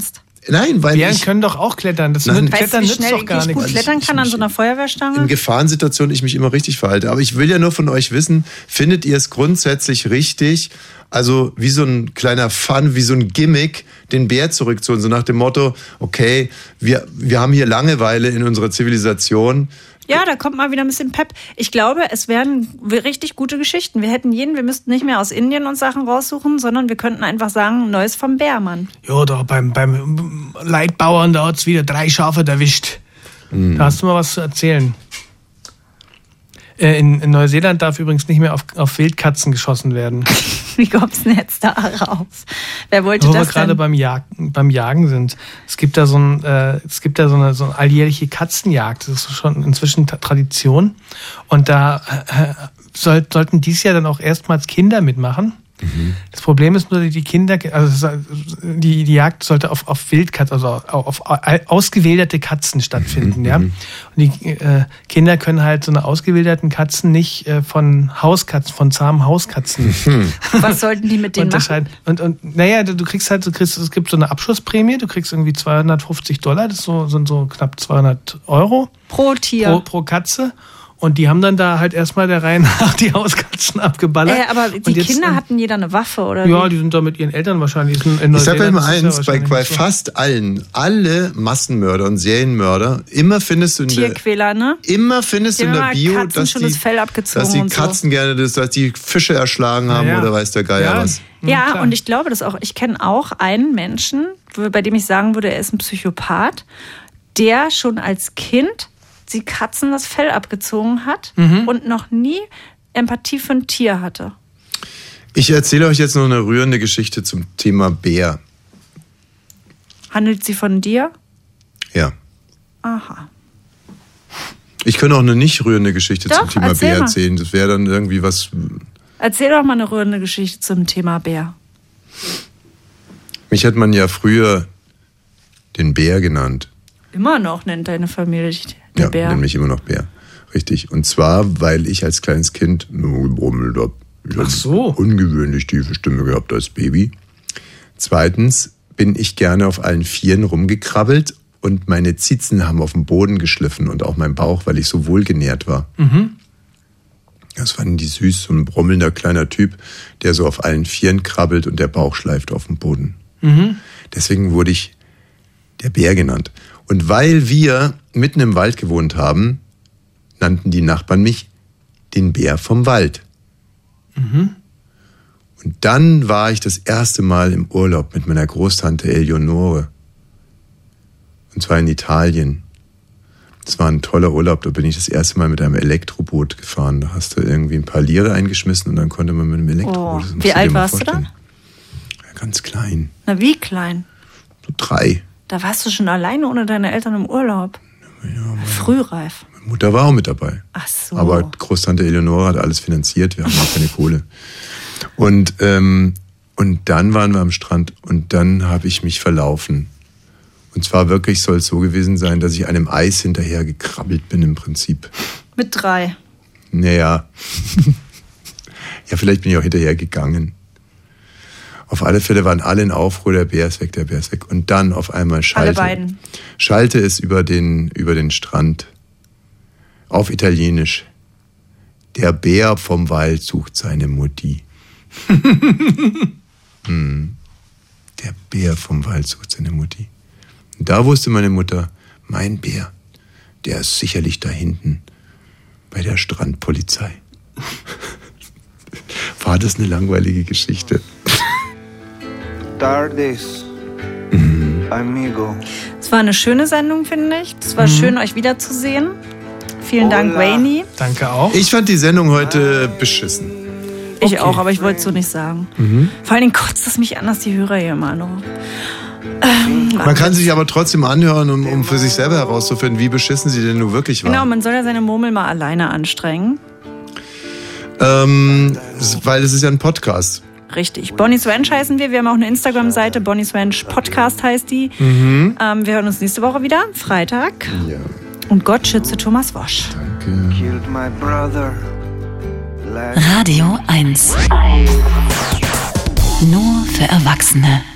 Nein, weil Bären ich... können doch auch klettern. Das Nein. nützt, Klettern weißt du, wie nützt schnell doch gar ich nichts. gut klettern kann an so einer Feuerwehrstange? In Gefahrensituationen ich mich immer richtig verhalte. Aber ich will ja nur von euch wissen, findet ihr es grundsätzlich richtig, also wie so ein kleiner Fun, wie so ein Gimmick, den Bär zurückzuholen? So nach dem Motto, okay, wir, wir haben hier Langeweile in unserer Zivilisation. Ja, da kommt mal wieder ein bisschen Pep. Ich glaube, es wären richtig gute Geschichten. Wir hätten jeden, wir müssten nicht mehr aus Indien uns Sachen raussuchen, sondern wir könnten einfach sagen, Neues vom Bärmann. Ja, da beim, beim Leitbauern, da hat es wieder drei Schafe erwischt. Mhm. Da hast du mal was zu erzählen. In, in Neuseeland darf übrigens nicht mehr auf, auf Wildkatzen geschossen werden. Wie kommst du denn jetzt da raus? Wer wollte Wo das wir gerade denn? beim Jagen, beim Jagen sind. Es gibt da so ein, äh, es gibt da so eine, so eine alljährliche Katzenjagd. Das ist schon inzwischen Ta- Tradition. Und da äh, soll, sollten dies Jahr dann auch erstmals Kinder mitmachen. Mhm. Das Problem ist nur, die Kinder, also die, die Jagd sollte auf, auf Wildkatzen, also auf, auf ausgewilderte Katzen stattfinden, Mhm. ja. Und die äh, Kinder können halt so eine ausgewilderten Katzen nicht äh, von Hauskatzen, von zahmen Hauskatzen. Mhm. Was sollten die mit denen machen? unterscheiden. Und, und naja, du, du kriegst halt, du kriegst, es gibt so eine Abschussprämie, du kriegst irgendwie zweihundertfünfzig Dollar, das so, sind so knapp zweihundert Euro. Pro Tier. Pro, pro Katze. Und die haben dann da halt erstmal der Reihe nach die Hauskatzen abgeballert. Äh, aber die Und jetzt, Kinder hatten jeder eine Waffe, oder Ja, wie? die sind da mit ihren Eltern wahrscheinlich. In, in Ich sag euch Neuseeland mal ist es eins, ja bei, bei wahrscheinlich so. fast allen, alle Massenmörder und Serienmörder, immer findest du in der, Tierquäler, ne? immer findest Die du in der haben Bio, immer Katzen dass schon die, das Fell abgezogen dass die und so. Katzen gerne, das, dass die Fische erschlagen haben Ja, ja. oder weiß der Geier Ja. was. Ja, klar. und ich glaube das auch. Ich kenne auch einen Menschen, wo- bei dem ich sagen würde, er ist ein Psychopath, der schon als Kind die Katzen das Fell abgezogen hat Mhm. und noch nie Empathie für ein Tier hatte. Ich erzähle euch jetzt noch eine rührende Geschichte zum Thema Bär. Handelt sie von dir? Ja. Aha. Ich könnte auch eine nicht rührende Geschichte Doch, zum Thema erzähl Bär mal. erzählen. Das wäre dann irgendwie was. Erzähl doch mal eine rührende Geschichte zum Thema Bär. Mich hat man ja früher den Bär genannt. Immer noch nennt deine Familie dich der Ja, Bär. nämlich immer noch Bär. Richtig. Und zwar, weil ich als kleines Kind nur gebrummelt habe. Ich habe so. ungewöhnlich tiefe Stimme gehabt als Baby. Zweitens bin ich gerne auf allen Vieren rumgekrabbelt und meine Zitzen haben auf dem Boden geschliffen und auch mein Bauch, weil ich so wohlgenährt war. Mhm. Das fanden die süß, so ein brummelnder kleiner Typ, der so auf allen Vieren krabbelt und der Bauch schleift auf dem Boden. Mhm. Deswegen wurde ich der Bär genannt. Und weil wir mitten im Wald gewohnt haben, nannten die Nachbarn mich den Bär vom Wald. Mhm. Und dann war ich das erste Mal im Urlaub mit meiner Großtante Eleonore. Und zwar in Italien. Das war ein toller Urlaub, da bin ich das erste Mal mit einem Elektroboot gefahren. Da hast du irgendwie ein paar Liere eingeschmissen und dann konnte man mit einem Elektroboot. Oh. Das musst Wie du dir alt mal warst du vorstellen. da? Ja, ganz klein. Na, wie klein? So drei. Da warst du schon alleine ohne deine Eltern im Urlaub. Frühreif. Meine Mutter war auch mit dabei. Ach so. Aber Großtante Eleonore hat alles finanziert, wir haben auch keine Kohle. Und, ähm, und dann waren wir am Strand und dann habe ich mich verlaufen. Und zwar wirklich soll es so gewesen sein, dass ich einem Eis hinterher gekrabbelt bin im Prinzip. Mit drei. Naja. Ja, vielleicht bin ich auch hinterher gegangen. Auf alle Fälle waren alle in Aufruhr, der Bär ist weg, der Bär ist weg. Und dann auf einmal schalte, Alle beiden. schalte es über den, über den Strand. Auf Italienisch. Der Bär vom Wald sucht seine Mutti. hm. Der Bär vom Wald sucht seine Mutti. Und da wusste meine Mutter, mein Bär, der ist sicherlich da hinten bei der Strandpolizei. War das eine langweilige Geschichte? Tardes, amigo. Es war eine schöne Sendung, finde ich. Es war Mhm. schön, euch wiederzusehen. Vielen Dank, Wayne. Danke auch. Ich fand die Sendung heute beschissen. Ich auch, aber ich wollte es so nicht sagen. Mhm. Vor allen Dingen kotzt es mich an, dass die Hörer hier immer anrufen. Ähm, Man kann sich aber trotzdem anhören, um, um für sich selber herauszufinden, wie beschissen sie denn nun wirklich Genau, war. man soll ja seine Murmel mal alleine anstrengen. Ähm, es- weil es ist ja ein Podcast. Richtig. Bonnie's Ranch heißen wir. Wir haben auch eine Instagram-Seite. Bonnie's Ranch Podcast heißt die. Mhm. Ähm, wir hören uns nächste Woche wieder, Freitag. Ja. Und Gott schütze Thomas Wosch. Killed my brother. Radio eins. Nur für Erwachsene.